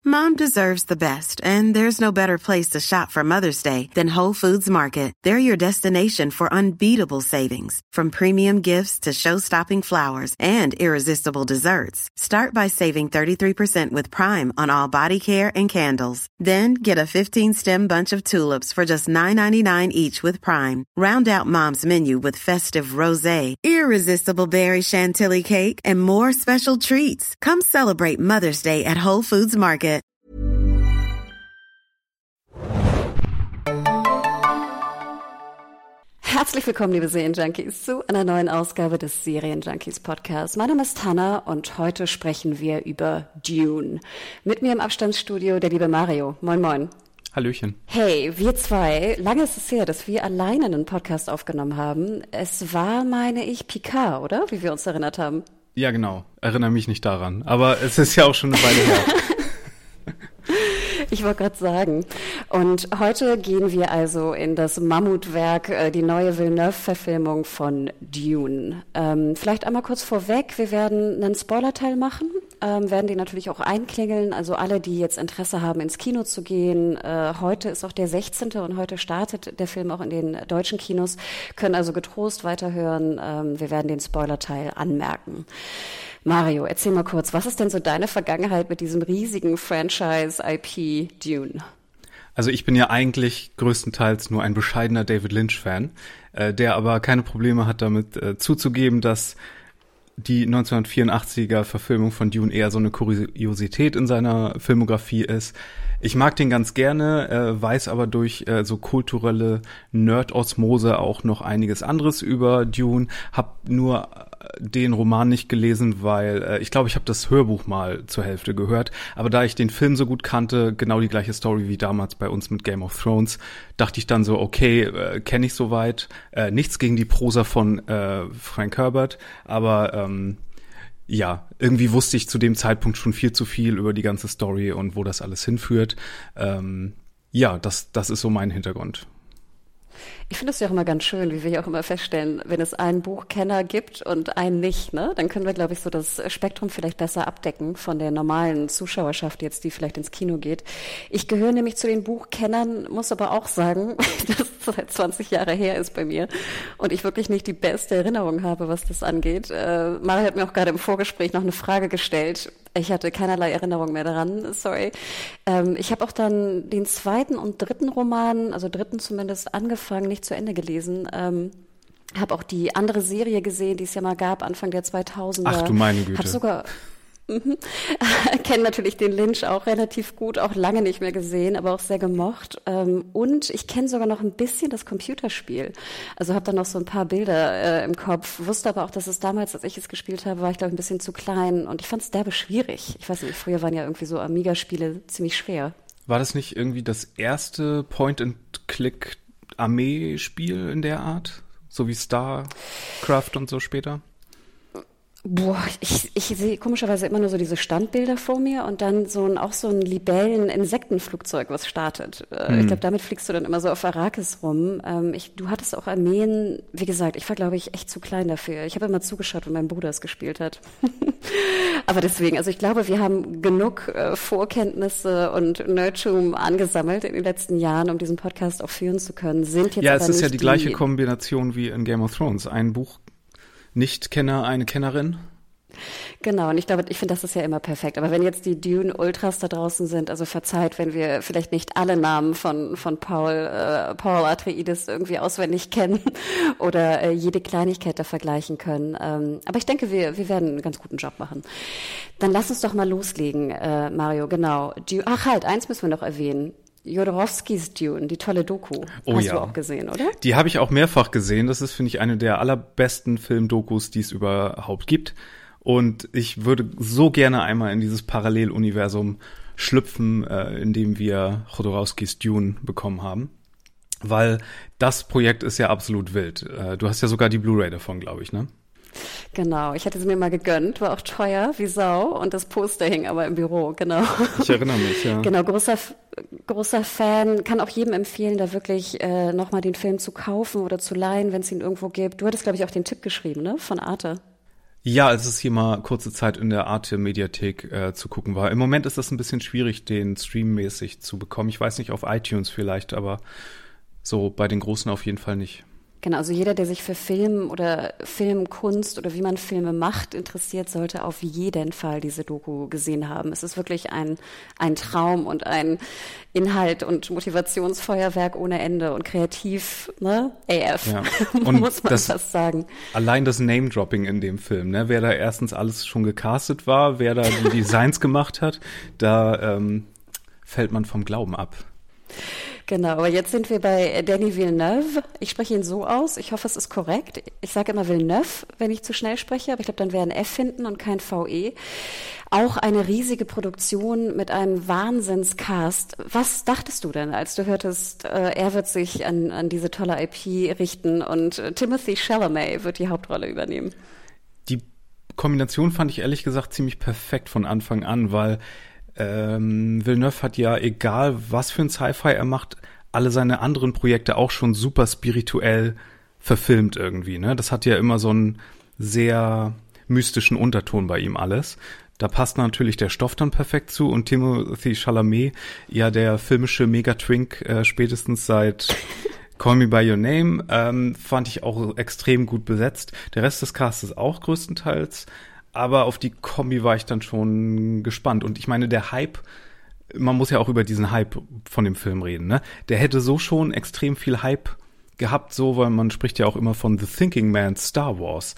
Mom deserves the best, and there's no better place to shop for Mother's Day than Whole Foods Market. They're your destination for unbeatable savings, from premium gifts to show-stopping flowers and irresistible desserts. Start by saving 33% with Prime on all body care and candles. Then get a 15-stem bunch of tulips for just $9.99 each with Prime. Round out Mom's menu with festive rosé, irresistible berry chantilly cake, and more special treats. Come celebrate Mother's Day at Whole Foods Market. Herzlich willkommen, liebe Serienjunkies, zu einer neuen Ausgabe des Serienjunkies Podcasts. Mein Name ist Hannah und heute sprechen wir über Dune. Mit mir im Abstandsstudio der liebe Mario. Moin, moin. Hallöchen. Hey, wir zwei, lange ist es her, dass wir alleine einen Podcast aufgenommen haben. Es war, meine ich, Picard, oder? Wie wir uns erinnert haben. Ja, genau. Erinnere mich nicht daran. Aber es ist ja auch schon eine Weile her. Ich wollte gerade sagen. Und heute gehen wir also in das Mammutwerk, die neue Villeneuve-Verfilmung von Dune. Vielleicht einmal kurz vorweg, wir werden einen Spoilerteil machen, werden die natürlich auch einklingeln. Also alle, die jetzt Interesse haben, ins Kino zu gehen. Heute ist auch der 16. und heute startet der Film auch in den deutschen Kinos, können also getrost weiterhören. Wir werden den Spoilerteil anmerken. Mario, erzähl mal kurz, was ist denn so deine Vergangenheit mit diesem riesigen Franchise-IP Dune? Also ich bin ja eigentlich größtenteils nur ein bescheidener David Lynch-Fan, der aber keine Probleme hat damit zuzugeben, dass die 1984er Verfilmung von Dune eher so eine Kuriosität in seiner Filmografie ist. Ich mag den ganz gerne, weiß aber durch so kulturelle Nerd-Osmose auch noch einiges anderes über Dune, hab nur den Roman nicht gelesen, weil ich glaube, ich habe das Hörbuch mal zur Hälfte gehört, aber da ich den Film so gut kannte, genau die gleiche Story wie damals bei uns mit Game of Thrones, dachte ich dann so, okay, kenne ich soweit, nichts gegen die Prosa von Frank Herbert, aber ja, irgendwie wusste ich zu dem Zeitpunkt schon viel zu viel über die ganze Story und wo das alles hinführt. Ja, das ist so mein Hintergrund. Ich finde es ja auch immer ganz schön, wie wir ja auch immer feststellen, wenn es einen Buchkenner gibt und einen nicht, ne, dann können wir, glaube ich, so das Spektrum vielleicht besser abdecken von der normalen Zuschauerschaft jetzt, die vielleicht ins Kino geht. Ich gehöre nämlich zu den Buchkennern, muss aber auch sagen, dass es seit 20 Jahre her ist bei mir und ich wirklich nicht die beste Erinnerung habe, was das angeht. Mario hat mir auch gerade im Vorgespräch noch eine Frage gestellt. Ich hatte keinerlei Erinnerung mehr daran, sorry. Ich habe auch dann den zweiten und dritten Roman, also dritten zumindest, angefangen, nicht zu Ende gelesen. Habe auch die andere Serie gesehen, die es ja mal gab, Anfang der 2000er. Ach du meine Güte. Habe sogar kenne natürlich den Lynch auch relativ gut, auch lange nicht mehr gesehen, aber auch sehr gemocht. Und ich kenne sogar noch ein bisschen das Computerspiel. Also habe da noch so ein paar Bilder im Kopf, wusste aber auch, dass es damals, als ich es gespielt habe, war ich glaube ich ein bisschen zu klein und ich fand es derbe schwierig. Ich weiß nicht, früher waren ja irgendwie so Amiga-Spiele ziemlich schwer. War das nicht irgendwie das erste Point-and-Click-Armee-Spiel in der Art? So wie StarCraft und so später? Boah, ich sehe komischerweise immer nur so diese Standbilder vor mir und dann so ein Libellen-Insektenflugzeug, was startet. Ich glaube, damit fliegst du dann immer so auf Arrakis rum. Du hattest auch Armeen, wie gesagt, ich war, glaube ich, echt zu klein dafür. Ich habe immer zugeschaut, wenn mein Bruder es gespielt hat. Aber deswegen, also ich glaube, wir haben genug Vorkenntnisse und Nerdtum angesammelt in den letzten Jahren, um diesen Podcast auch führen zu können. Sind jetzt ja, aber es ist nicht ja die gleiche Kombination wie in Game of Thrones. Ein Buch Nicht-Kenner, eine Kennerin? Genau, und ich finde, das ist ja immer perfekt. Aber wenn jetzt die Dune-Ultras da draußen sind, also verzeiht, wenn wir vielleicht nicht alle Namen von Paul Atreides irgendwie auswendig kennen oder jede Kleinigkeit da vergleichen können. Aber ich denke, wir werden einen ganz guten Job machen. Dann lass uns doch mal loslegen, Mario, genau. Eins müssen wir noch erwähnen. Jodorowskis Dune, die tolle Doku. Oh, hast ja. du auch gesehen, oder? Die habe ich auch mehrfach gesehen. Das ist, finde ich, eine der allerbesten Filmdokus, die es überhaupt gibt. Und ich würde so gerne einmal in dieses Paralleluniversum schlüpfen, in dem wir Jodorowskis Dune bekommen haben. Weil das Projekt ist ja absolut wild. Du hast ja sogar die Blu-ray davon, glaube ich, ne? Genau, ich hatte sie mir mal gegönnt, war auch teuer wie Sau und das Poster hing aber im Büro, genau. Ich erinnere mich, ja. Genau, großer Fan, kann auch jedem empfehlen, da wirklich nochmal den Film zu kaufen oder zu leihen, wenn es ihn irgendwo gibt. Du hattest, glaube ich, auch den Tipp geschrieben, ne, von Arte. Ja, als es hier mal kurze Zeit in der Arte-Mediathek zu gucken war. Im Moment ist das ein bisschen schwierig, den streammäßig zu bekommen. Ich weiß nicht, auf iTunes vielleicht, aber so bei den Großen auf jeden Fall nicht. Genau, also jeder, der sich für Film oder Filmkunst oder wie man Filme macht interessiert, sollte auf jeden Fall diese Doku gesehen haben. Es ist wirklich ein Traum und ein Inhalt und Motivationsfeuerwerk ohne Ende und kreativ, ne? AF, ja. Und muss man fast sagen. Allein das Name-Dropping in dem Film, ne? Wer da erstens alles schon gecastet war, wer da die Designs gemacht hat, da fällt man vom Glauben ab. Genau, aber jetzt sind wir bei Denis Villeneuve. Ich spreche ihn so aus, ich hoffe, es ist korrekt. Ich sage immer Villeneuve, wenn ich zu schnell spreche, aber ich glaube, dann wäre ein F hinten und kein VE. Auch eine riesige Produktion mit einem Wahnsinnscast. Was dachtest du denn, als du hörtest, er wird sich an diese tolle IP richten und Timothée Chalamet wird die Hauptrolle übernehmen? Die Kombination fand ich ehrlich gesagt ziemlich perfekt von Anfang an, weil Villeneuve hat ja, egal was für ein Sci-Fi er macht, alle seine anderen Projekte auch schon super spirituell verfilmt irgendwie, ne? Das hat ja immer so einen sehr mystischen Unterton bei ihm alles. Da passt natürlich der Stoff dann perfekt zu und Timothée Chalamet, ja der filmische Megatwink spätestens seit Call Me By Your Name, fand ich auch extrem gut besetzt. Der Rest des Castes auch größtenteils. Aber auf die Kombi war ich dann schon gespannt. Und ich meine, der Hype, man muss ja auch über diesen Hype von dem Film reden, ne? Der hätte so schon extrem viel Hype gehabt, so, weil man spricht ja auch immer von The Thinking Man's Star Wars.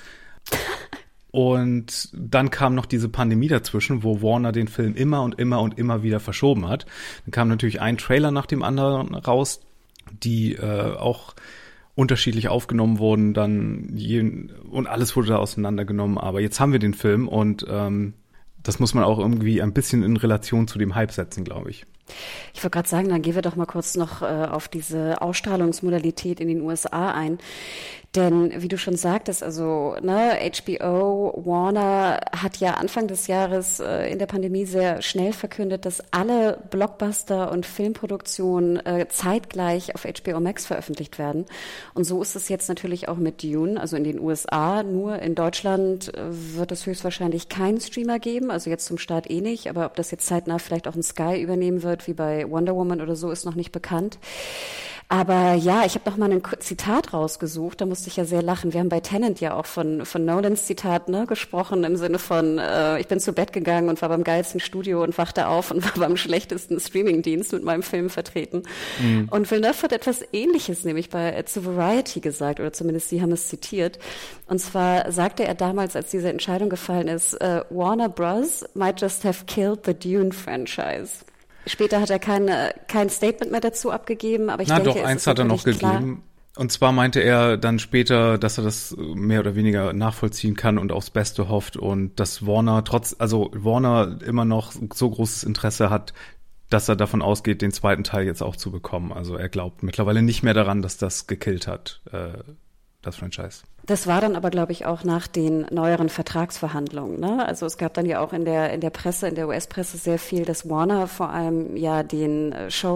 Und dann kam noch diese Pandemie dazwischen, wo Warner den Film immer und immer und immer wieder verschoben hat. Dann kam natürlich ein Trailer nach dem anderen raus, die auch unterschiedlich aufgenommen wurden, und alles wurde da auseinandergenommen. Aber jetzt haben wir den Film und das muss man auch irgendwie ein bisschen in Relation zu dem Hype setzen, glaube ich. Ich wollte gerade sagen, dann gehen wir doch mal kurz noch auf diese Ausstrahlungsmodalität in den USA ein. Denn wie du schon sagtest, also HBO, Warner hat ja Anfang des Jahres in der Pandemie sehr schnell verkündet, dass alle Blockbuster und Filmproduktionen zeitgleich auf HBO Max veröffentlicht werden. Und so ist es jetzt natürlich auch mit Dune, also in den USA. Nur in Deutschland wird es höchstwahrscheinlich keinen Streamer geben, also jetzt zum Start eh nicht. Aber ob das jetzt zeitnah vielleicht auch ein Sky übernehmen wird, wie bei Wonder Woman oder so, ist noch nicht bekannt. Aber ja, ich habe noch mal ein Zitat rausgesucht, da musste ich ja sehr lachen. Wir haben bei Tenet ja auch von Nolans Zitat gesprochen, im Sinne von, ich bin zu Bett gegangen und war beim geilsten Studio und wachte auf und war beim schlechtesten Streamingdienst mit meinem Film vertreten. Mhm. Und Villeneuve hat etwas Ähnliches nämlich zu Variety gesagt, oder zumindest sie haben es zitiert. Und zwar sagte er damals, als diese Entscheidung gefallen ist, Warner Bros. Might just have killed the Dune franchise. Später hat er kein Statement mehr dazu abgegeben, aber ich denke, doch, eins hat er noch gegeben. Und zwar meinte er dann später, dass er das mehr oder weniger nachvollziehen kann und aufs Beste hofft und dass Warner Warner immer noch so großes Interesse hat, dass er davon ausgeht, den zweiten Teil jetzt auch zu bekommen. Also er glaubt mittlerweile nicht mehr daran, dass das gekillt hat, das Franchise. Das war dann aber, glaube ich, auch nach den neueren Vertragsverhandlungen, ne? Also es gab dann ja auch in der Presse, in der US-Presse sehr viel, dass Warner vor allem ja den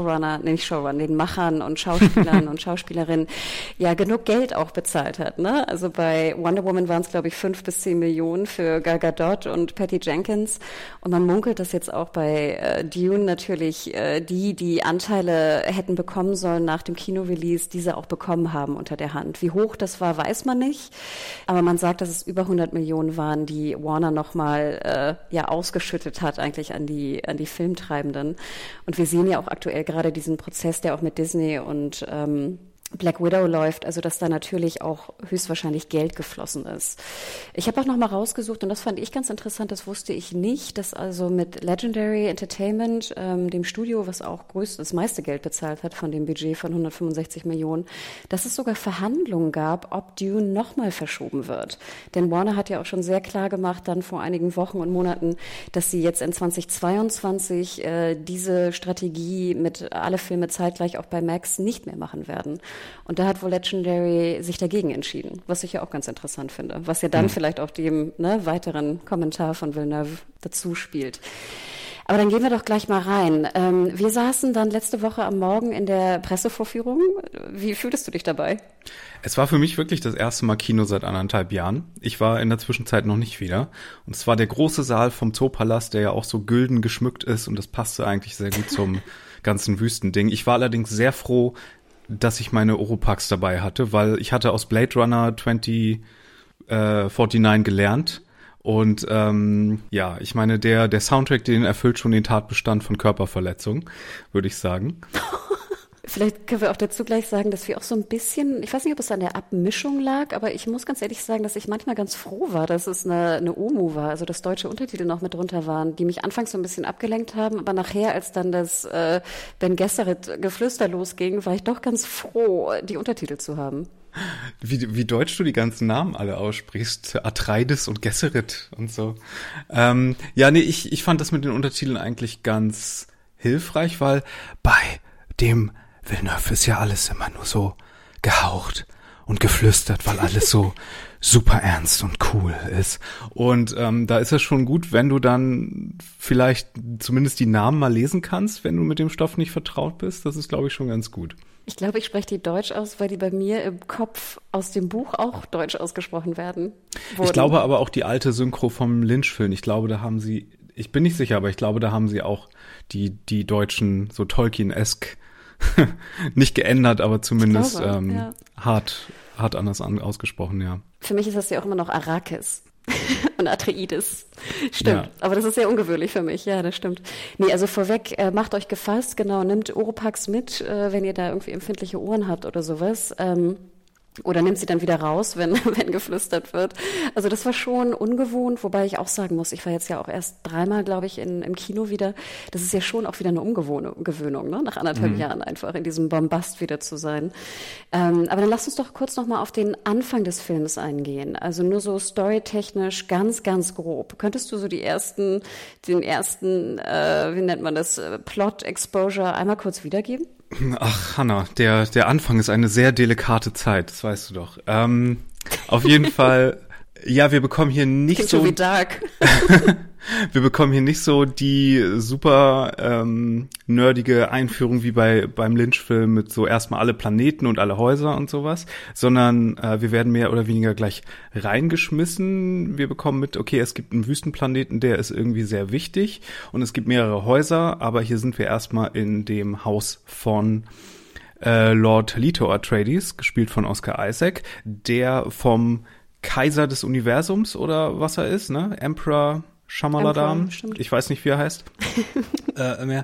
den Machern und Schauspielern und Schauspielerinnen ja genug Geld auch bezahlt hat, ne? Also bei Wonder Woman waren es, glaube ich, 5 bis 10 Millionen für Gal Gadot und Patty Jenkins. Und man munkelt, dass jetzt auch bei Dune natürlich die Anteile hätten bekommen sollen nach dem Kino-Release, diese auch bekommen haben unter der Hand. Wie hoch das war, weiß man nicht. Aber man sagt, dass es über 100 Millionen waren, die Warner nochmal ausgeschüttet hat eigentlich an die Filmtreibenden. Und wir sehen ja auch aktuell gerade diesen Prozess, der auch mit Disney und Black Widow läuft, also dass da natürlich auch höchstwahrscheinlich Geld geflossen ist. Ich habe auch noch mal rausgesucht, und das fand ich ganz interessant, das wusste ich nicht, dass also mit Legendary Entertainment, dem Studio, was auch das meiste Geld bezahlt hat von dem Budget von 165 Millionen, dass es sogar Verhandlungen gab, ob Dune noch mal verschoben wird. Denn Warner hat ja auch schon sehr klar gemacht, dann vor einigen Wochen und Monaten, dass sie jetzt in 2022 diese Strategie mit alle Filme zeitgleich auch bei Max nicht mehr machen werden. Und da hat wohl Legendary sich dagegen entschieden, was ich ja auch ganz interessant finde, was ja dann vielleicht auch dem weiteren Kommentar von Villeneuve dazu spielt. Aber dann gehen wir doch gleich mal rein. Wir saßen dann letzte Woche am Morgen in der Pressevorführung. Wie fühltest du dich dabei? Es war für mich wirklich das erste Mal Kino seit 1,5 Jahren. Ich war in der Zwischenzeit noch nicht wieder. Und es war der große Saal vom Zoopalast, der ja auch so gülden geschmückt ist. Und das passte eigentlich sehr gut zum ganzen Wüstending. Ich war allerdings sehr froh, dass ich meine Oropax dabei hatte, weil ich hatte aus Blade Runner 2049 gelernt. Und ja, ich meine, der Soundtrack, den erfüllt schon den Tatbestand von Körperverletzung, würde ich sagen. Vielleicht können wir auch dazu gleich sagen, dass wir auch so ein bisschen, ich weiß nicht, ob es an der Abmischung lag, aber ich muss ganz ehrlich sagen, dass ich manchmal ganz froh war, dass es eine OMU war, also dass deutsche Untertitel noch mit drunter waren, die mich anfangs so ein bisschen abgelenkt haben, aber nachher, als dann das Ben Gesserit-Geflüster losging, war ich doch ganz froh, die Untertitel zu haben. Wie deutsch du die ganzen Namen alle aussprichst. Atreides und Gesserit und so. Ja, nee, ich fand das mit den Untertiteln eigentlich ganz hilfreich, weil bei dem Villeneuve ist ja alles immer nur so gehaucht und geflüstert, weil alles so super ernst und cool ist. Und da ist es schon gut, wenn du dann vielleicht zumindest die Namen mal lesen kannst, wenn du mit dem Stoff nicht vertraut bist. Das ist, glaube ich, schon ganz gut. Ich glaube, ich spreche die deutsch aus, weil die bei mir im Kopf aus dem Buch auch deutsch ausgesprochen wurden. Ich glaube aber auch die alte Synchro vom Lynch-Film. Ich glaube, da haben sie, ich bin nicht sicher, aber ich glaube, da haben sie auch die deutschen, so Tolkien-esk nicht geändert, aber zumindest ja. hart anders ausgesprochen, ja. Für mich ist das ja auch immer noch Arrakis. Und Atreides. Stimmt. Ja. Aber das ist sehr ungewöhnlich für mich. Ja, das stimmt. Nee, also vorweg, macht euch gefasst, genau, nehmt Oropax mit, wenn ihr da irgendwie empfindliche Ohren habt oder sowas. Oder nimmt sie dann wieder raus, wenn geflüstert wird. Also das war schon ungewohnt, wobei ich auch sagen muss, ich war jetzt ja auch erst 3-mal, glaube ich, im Kino wieder. Das ist ja schon auch wieder eine Umgewöhnung, ne? Nach 1,5 Jahren einfach in diesem Bombast wieder zu sein. Aber dann lasst uns doch kurz nochmal auf den Anfang des Films eingehen. Also nur so storytechnisch ganz, ganz grob. Könntest du so den ersten, wie nennt man das, Plot Exposure einmal kurz wiedergeben? Ach, Hannah, der Anfang ist eine sehr delikate Zeit, das weißt du doch. Auf jeden Fall, ja, wir bekommen hier nicht Klingt so schon wie Dark. Wir bekommen hier nicht so die super nerdige Einführung wie beim Lynch-Film mit so erstmal alle Planeten und alle Häuser und sowas, sondern wir werden mehr oder weniger gleich reingeschmissen. Wir bekommen mit, okay, es gibt einen Wüstenplaneten, der ist irgendwie sehr wichtig und es gibt mehrere Häuser, aber hier sind wir erstmal in dem Haus von Lord Leto Atreides, gespielt von Oscar Isaac, der vom Kaiser des Universums oder was er ist, ne? Emperor Shamaladam, ich weiß nicht, wie er heißt. Mehr.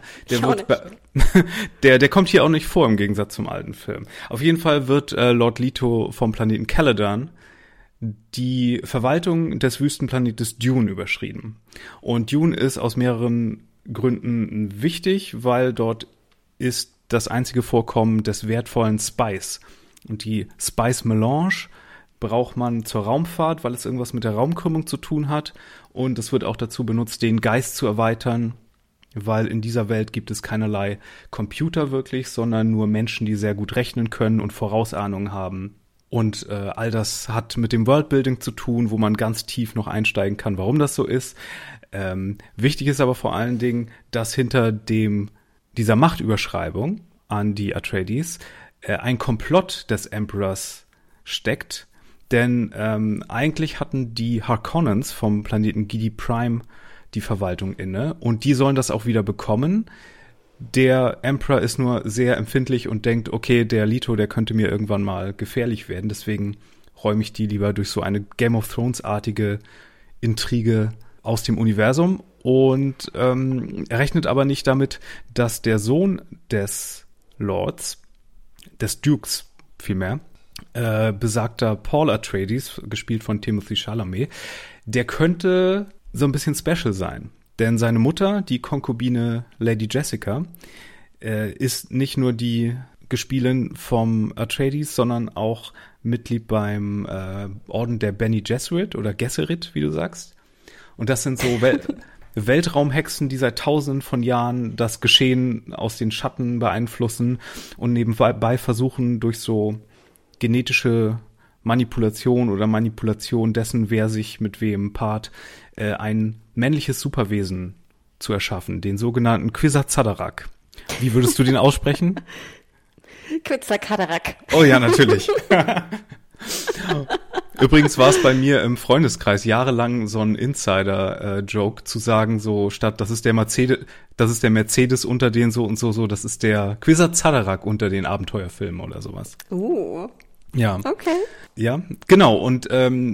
Der kommt hier auch nicht vor im Gegensatz zum alten Film. Auf jeden Fall wird Lord Leto vom Planeten Caladan die Verwaltung des Wüstenplanetes Dune überschrieben. Und Dune ist aus mehreren Gründen wichtig, weil dort ist das einzige Vorkommen des wertvollen Spice. Und die Spice Melange braucht man zur Raumfahrt, weil es irgendwas mit der Raumkrümmung zu tun hat. Und es wird auch dazu benutzt, den Geist zu erweitern, weil in dieser Welt gibt es keinerlei Computer wirklich, sondern nur Menschen, die sehr gut rechnen können und Vorausahnungen haben. Und all das hat mit dem Worldbuilding zu tun, wo man ganz tief noch einsteigen kann, warum das so ist. Wichtig ist aber vor allen Dingen, dass hinter dieser Machtüberschreibung an die Atreides ein Komplott des Emperors steckt. Denn eigentlich hatten die Harkonnens vom Planeten Giedi Prime die Verwaltung inne und die sollen das auch wieder bekommen. Der Emperor ist nur sehr empfindlich und denkt, okay, der Leto, der könnte mir irgendwann mal gefährlich werden, deswegen räume ich die lieber durch so eine Game of Thrones-artige Intrige aus dem Universum. Und er rechnet aber nicht damit, dass der Sohn des Lords, des Dukes vielmehr, besagter Paul Atreides, gespielt von Timothée Chalamet, der könnte so ein bisschen special sein. Denn seine Mutter, die Konkubine Lady Jessica, ist nicht nur die Gespielin vom Atreides, sondern auch Mitglied beim Orden der Bene Gesserit oder Gesserit, wie du sagst. Und das sind so Weltraumhexen, die seit Tausenden von Jahren das Geschehen aus den Schatten beeinflussen und nebenbei versuchen, durch so genetische Manipulation oder Manipulation dessen, wer sich mit wem paart, ein männliches Superwesen zu erschaffen, den sogenannten Kwisatz-Haderach. Wie würdest du den aussprechen? Kwisatz-Haderach. Oh ja, natürlich. Übrigens war es bei mir im Freundeskreis jahrelang so ein Insider-Joke zu sagen, so statt das ist der Mercedes unter den so und so, das ist der Kwisatz-Haderach unter den Abenteuerfilmen oder sowas. Ja. Okay. Ja, genau. Und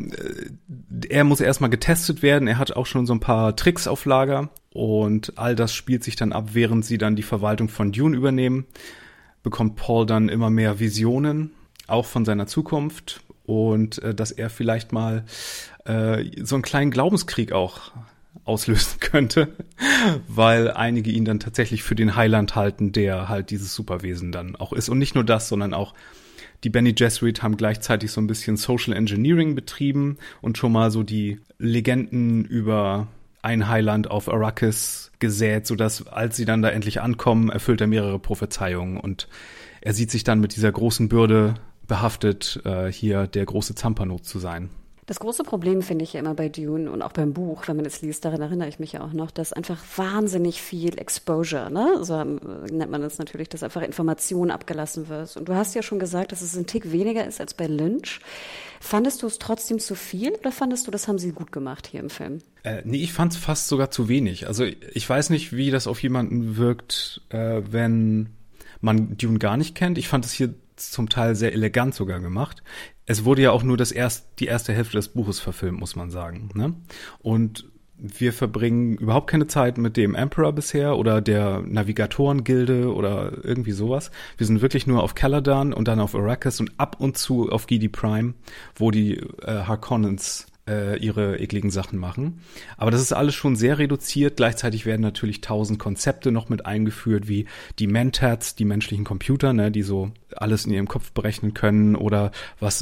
er muss erstmal getestet werden. Er hat auch schon so ein paar Tricks auf Lager. Und all das spielt sich dann ab, während sie dann die Verwaltung von Dune übernehmen. Bekommt Paul dann immer mehr Visionen, auch von seiner Zukunft. Und dass er vielleicht mal so einen kleinen Glaubenskrieg auch auslösen könnte, weil einige ihn dann tatsächlich für den Heiland halten, der halt dieses Superwesen dann auch ist. Und nicht nur das, sondern auch die Bene Gesserit haben gleichzeitig so ein bisschen Social Engineering betrieben und schon mal so die Legenden über ein Heiland auf Arrakis gesät, sodass, als sie dann da endlich ankommen, erfüllt er mehrere Prophezeiungen und er sieht sich dann mit dieser großen Bürde behaftet, hier der große Zampano zu sein. Das große Problem finde ich ja immer bei Dune und auch beim Buch, wenn man es liest, daran erinnere ich mich ja auch noch, dass einfach wahnsinnig viel Exposure, ne, so nennt man es natürlich, dass einfach Information abgelassen wird. Und du hast ja schon gesagt, dass es ein Tick weniger ist als bei Lynch. Fandest du es trotzdem zu viel oder fandest du, das haben sie gut gemacht hier im Film? Nee, ich fand es fast sogar zu wenig. Also ich weiß nicht, wie das auf jemanden wirkt, wenn man Dune gar nicht kennt. Ich fand es hier zum Teil sehr elegant sogar gemacht. Es wurde ja auch nur die erste Hälfte des Buches verfilmt, muss man sagen, ne? Und wir verbringen überhaupt keine Zeit mit dem Emperor bisher oder der Navigatorengilde oder irgendwie sowas. Wir sind wirklich nur auf Caladan und dann auf Arrakis und ab und zu auf Giedi Prime, wo die Harkonnens ihre ekligen Sachen machen. Aber das ist alles schon sehr reduziert. Gleichzeitig werden natürlich 1000 Konzepte noch mit eingeführt, wie die Mentats, die menschlichen Computer, ne, die so alles in ihrem Kopf berechnen können, oder was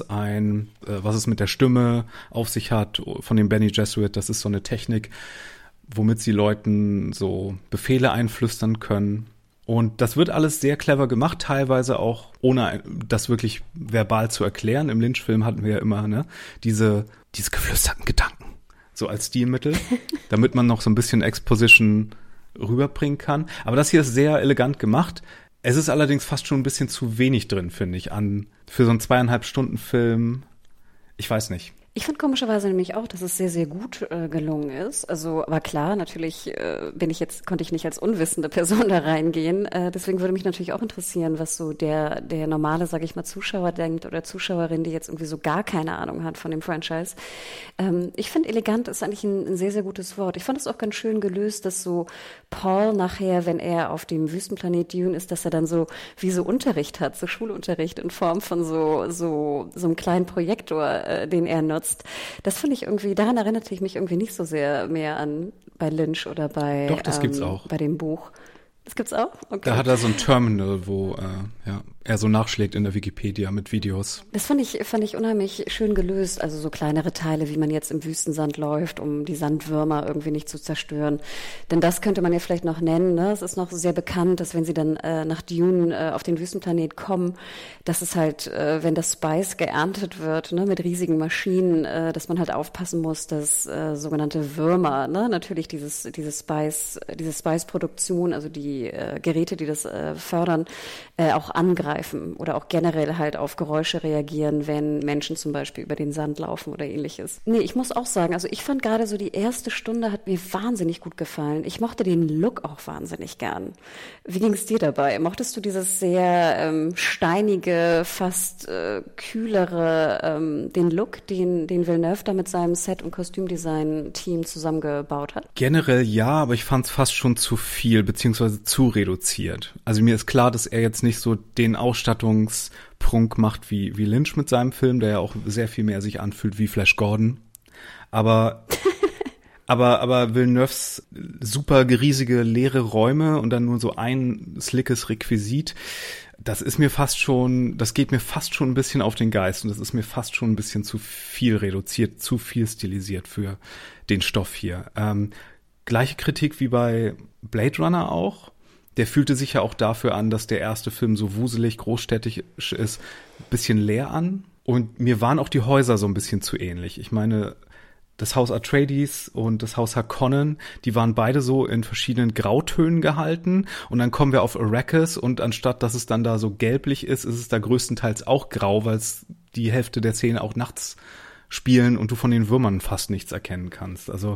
es mit der Stimme auf sich hat von dem Bene Gesserit. Das ist so eine Technik, womit sie Leuten so Befehle einflüstern können. Und das wird alles sehr clever gemacht, teilweise auch ohne das wirklich verbal zu erklären. Im Lynch-Film hatten wir ja immer, ne, diese geflüsterten Gedanken, so als Stilmittel, damit man noch so ein bisschen Exposition rüberbringen kann. Aber das hier ist sehr elegant gemacht. Es ist allerdings fast schon ein bisschen zu wenig drin, finde ich, für so einen 2,5-Stunden-Film. Ich weiß nicht. Ich fand komischerweise nämlich auch, dass es sehr, sehr gut gelungen ist. Also, aber klar, natürlich konnte ich nicht als unwissende Person da reingehen. Deswegen würde mich natürlich auch interessieren, was so der normale, sage ich mal, Zuschauer denkt oder Zuschauerin, die jetzt irgendwie so gar keine Ahnung hat von dem Franchise. Ich finde, elegant ist eigentlich ein sehr, sehr gutes Wort. Ich fand es auch ganz schön gelöst, dass so Paul nachher, wenn er auf dem Wüstenplanet Dune ist, dass er dann so wie so Unterricht hat, so Schulunterricht in Form von so einem kleinen Projektor, den er nutzt. Das finde ich irgendwie, daran erinnerte ich mich irgendwie nicht so sehr mehr an bei Lynch oder bei, doch, das gibt's auch. Bei dem Buch. Das gibt's auch? Okay. Da hat er so ein Terminal, wo er so nachschlägt in der Wikipedia mit Videos. Das fand ich unheimlich schön gelöst. Also so kleinere Teile, wie man jetzt im Wüstensand läuft, um die Sandwürmer irgendwie nicht zu zerstören. Denn das könnte man ja vielleicht noch nennen. Ne? Es ist noch sehr bekannt, dass wenn sie dann nach Dune auf den Wüstenplanet kommen, dass es halt, wenn das Spice geerntet wird, ne, mit riesigen Maschinen, dass man halt aufpassen muss, dass sogenannte Würmer, ne, natürlich diese Spice-Produktion, also die Geräte, die das fördern, auch angreifen oder auch generell halt auf Geräusche reagieren, wenn Menschen zum Beispiel über den Sand laufen oder ähnliches. Nee, ich muss auch sagen, also ich fand gerade so die erste Stunde hat mir wahnsinnig gut gefallen. Ich mochte den Look auch wahnsinnig gern. Wie ging es dir dabei? Mochtest du dieses sehr steinige, fast kühlere, den Look, den Villeneuve da mit seinem Set- und Kostümdesign-Team zusammengebaut hat? Generell ja, aber ich fand es fast schon zu viel, beziehungsweise zu reduziert. Also mir ist klar, dass er jetzt nicht so den Ausstattungsprunk macht wie Lynch mit seinem Film, der ja auch sehr viel mehr sich anfühlt wie Flash Gordon. Aber Villeneuves super riesige leere Räume und dann nur so ein slickes Requisit, das geht mir fast schon ein bisschen auf den Geist und das ist mir fast schon ein bisschen zu viel reduziert, zu viel stilisiert für den Stoff hier. Gleiche Kritik wie bei Blade Runner auch. Der fühlte sich ja auch dafür an, dass der erste Film so wuselig, großstädtisch ist, ein bisschen leer an. Und mir waren auch die Häuser so ein bisschen zu ähnlich. Ich meine, das Haus Atreides und das Haus Harkonnen, die waren beide so in verschiedenen Grautönen gehalten und dann kommen wir auf Arrakis und anstatt, dass es dann da so gelblich ist, ist es da größtenteils auch grau, weil es die Hälfte der Szene auch nachts spielen und du von den Würmern fast nichts erkennen kannst. Also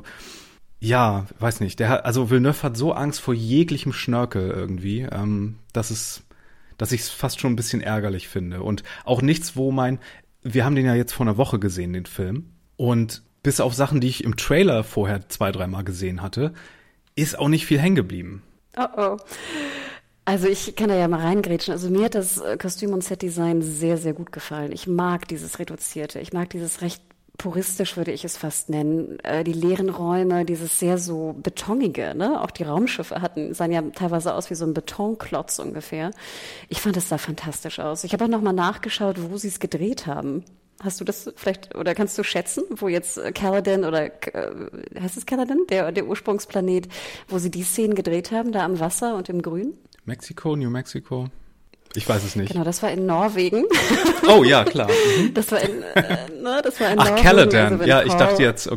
ja, weiß nicht. Also Villeneuve hat so Angst vor jeglichem Schnörkel irgendwie, dass ich es fast schon ein bisschen ärgerlich finde. Und auch nichts, wir haben den ja jetzt vor einer Woche gesehen, den Film. Und bis auf Sachen, die ich im Trailer vorher 2-3 Mal gesehen hatte, ist auch nicht viel hängen geblieben. Oh. Also ich kann da ja mal reingrätschen. Also mir hat das Kostüm- und Setdesign sehr, sehr gut gefallen. Ich mag dieses Reduzierte. Ich mag dieses recht puristisch, würde ich es fast nennen. Die leeren Räume, dieses sehr so betonige, ne? Auch die Raumschiffe sahen ja teilweise aus wie so ein Betonklotz ungefähr. Ich fand es sah fantastisch aus. Ich habe auch nochmal nachgeschaut, wo sie es gedreht haben. Hast du das vielleicht, oder kannst du schätzen, wo jetzt Caladan oder heißt es Caladan, der Ursprungsplanet, wo sie die Szenen gedreht haben, da am Wasser und im Grün? New Mexico? Ich weiß es nicht. Genau, das war in Norwegen. Oh ja, klar. Das war in Norwegen. Ach, Caladan. Also ja, ich dachte jetzt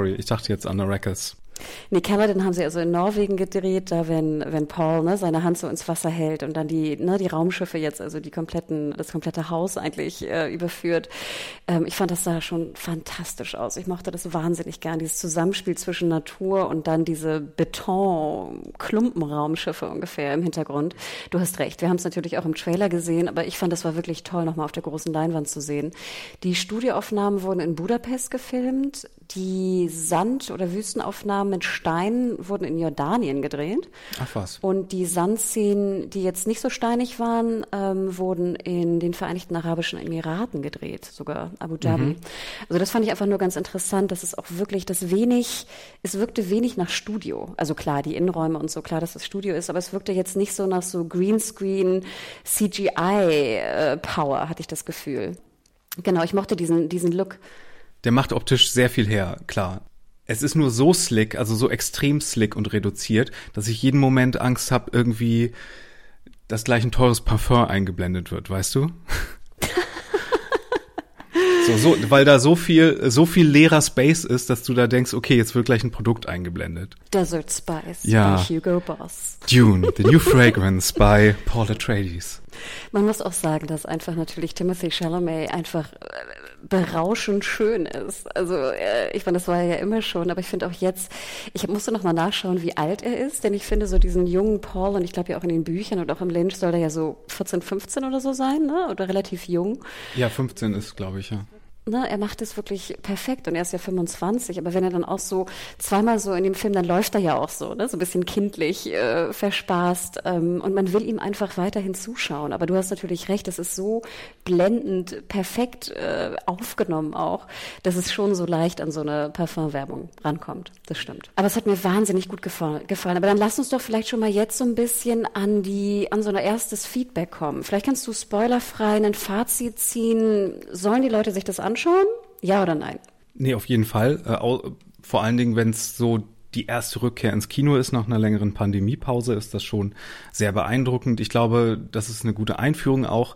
an Arrakis. Nee, Caladan haben sie also in Norwegen gedreht, da wenn Paul seine Hand so ins Wasser hält und dann die Raumschiffe jetzt, also das komplette Haus eigentlich überführt. Ich fand, das sah schon fantastisch aus. Ich mochte das wahnsinnig gern, dieses Zusammenspiel zwischen Natur und dann diese Beton-Klumpenraumschiffe ungefähr im Hintergrund. Du hast recht, wir haben es natürlich auch im Trailer gesehen, aber ich fand, das war wirklich toll, nochmal auf der großen Leinwand zu sehen. Die Studioaufnahmen wurden in Budapest gefilmt, die Sand- oder Wüstenaufnahmen mit Steinen wurden in Jordanien gedreht. Ach was. Und die Sandszenen, die jetzt nicht so steinig waren, wurden in den Vereinigten Arabischen Emiraten gedreht, sogar Abu Dhabi. Mhm. Also das fand ich einfach nur ganz interessant, dass es auch wirklich es wirkte wenig nach Studio. Also klar, die Innenräume und so, klar, dass das Studio ist, aber es wirkte jetzt nicht so nach so Greenscreen, CGI-Power, hatte ich das Gefühl. Genau, ich mochte diesen Look. Der macht optisch sehr viel her, klar. Es ist nur so slick, also so extrem slick und reduziert, dass ich jeden Moment Angst habe, irgendwie, dass gleich ein teures Parfum eingeblendet wird, weißt du? Weil da so viel leerer Space ist, dass du da denkst, okay, jetzt wird gleich ein Produkt eingeblendet. Desert Spice by Hugo Boss. Dune, the new fragrance by Paul Atreides. Man muss auch sagen, dass einfach natürlich Timothée Chalamet einfach berauschend schön ist. Also ich meine, das war er ja immer schon, aber ich finde auch jetzt, ich musste noch mal nachschauen, wie alt er ist, denn ich finde so diesen jungen Paul, und ich glaube ja auch in den Büchern und auch im Lynch soll er ja so 14, 15 oder so sein, ne? Oder relativ jung. Ja, 15 ist, glaube ich, ja. Er macht es wirklich perfekt und er ist ja 25, aber wenn er dann auch so zweimal so in dem Film, dann läuft er ja auch so, ne, so ein bisschen kindlich, verspaßt, und man will ihm einfach weiterhin zuschauen. Aber du hast natürlich recht, es ist so blendend, perfekt aufgenommen auch, dass es schon so leicht an so eine Parfumwerbung rankommt. Das stimmt. Aber es hat mir wahnsinnig gut gefallen. Aber dann lass uns doch vielleicht schon mal jetzt so ein bisschen an so ein erstes Feedback kommen. Vielleicht kannst du spoilerfrei ein Fazit ziehen. Sollen die Leute sich das anschauen? Ja oder nein? Nee, auf jeden Fall. Vor allen Dingen, wenn es so die erste Rückkehr ins Kino ist nach einer längeren Pandemiepause, ist das schon sehr beeindruckend. Ich glaube, das ist eine gute Einführung auch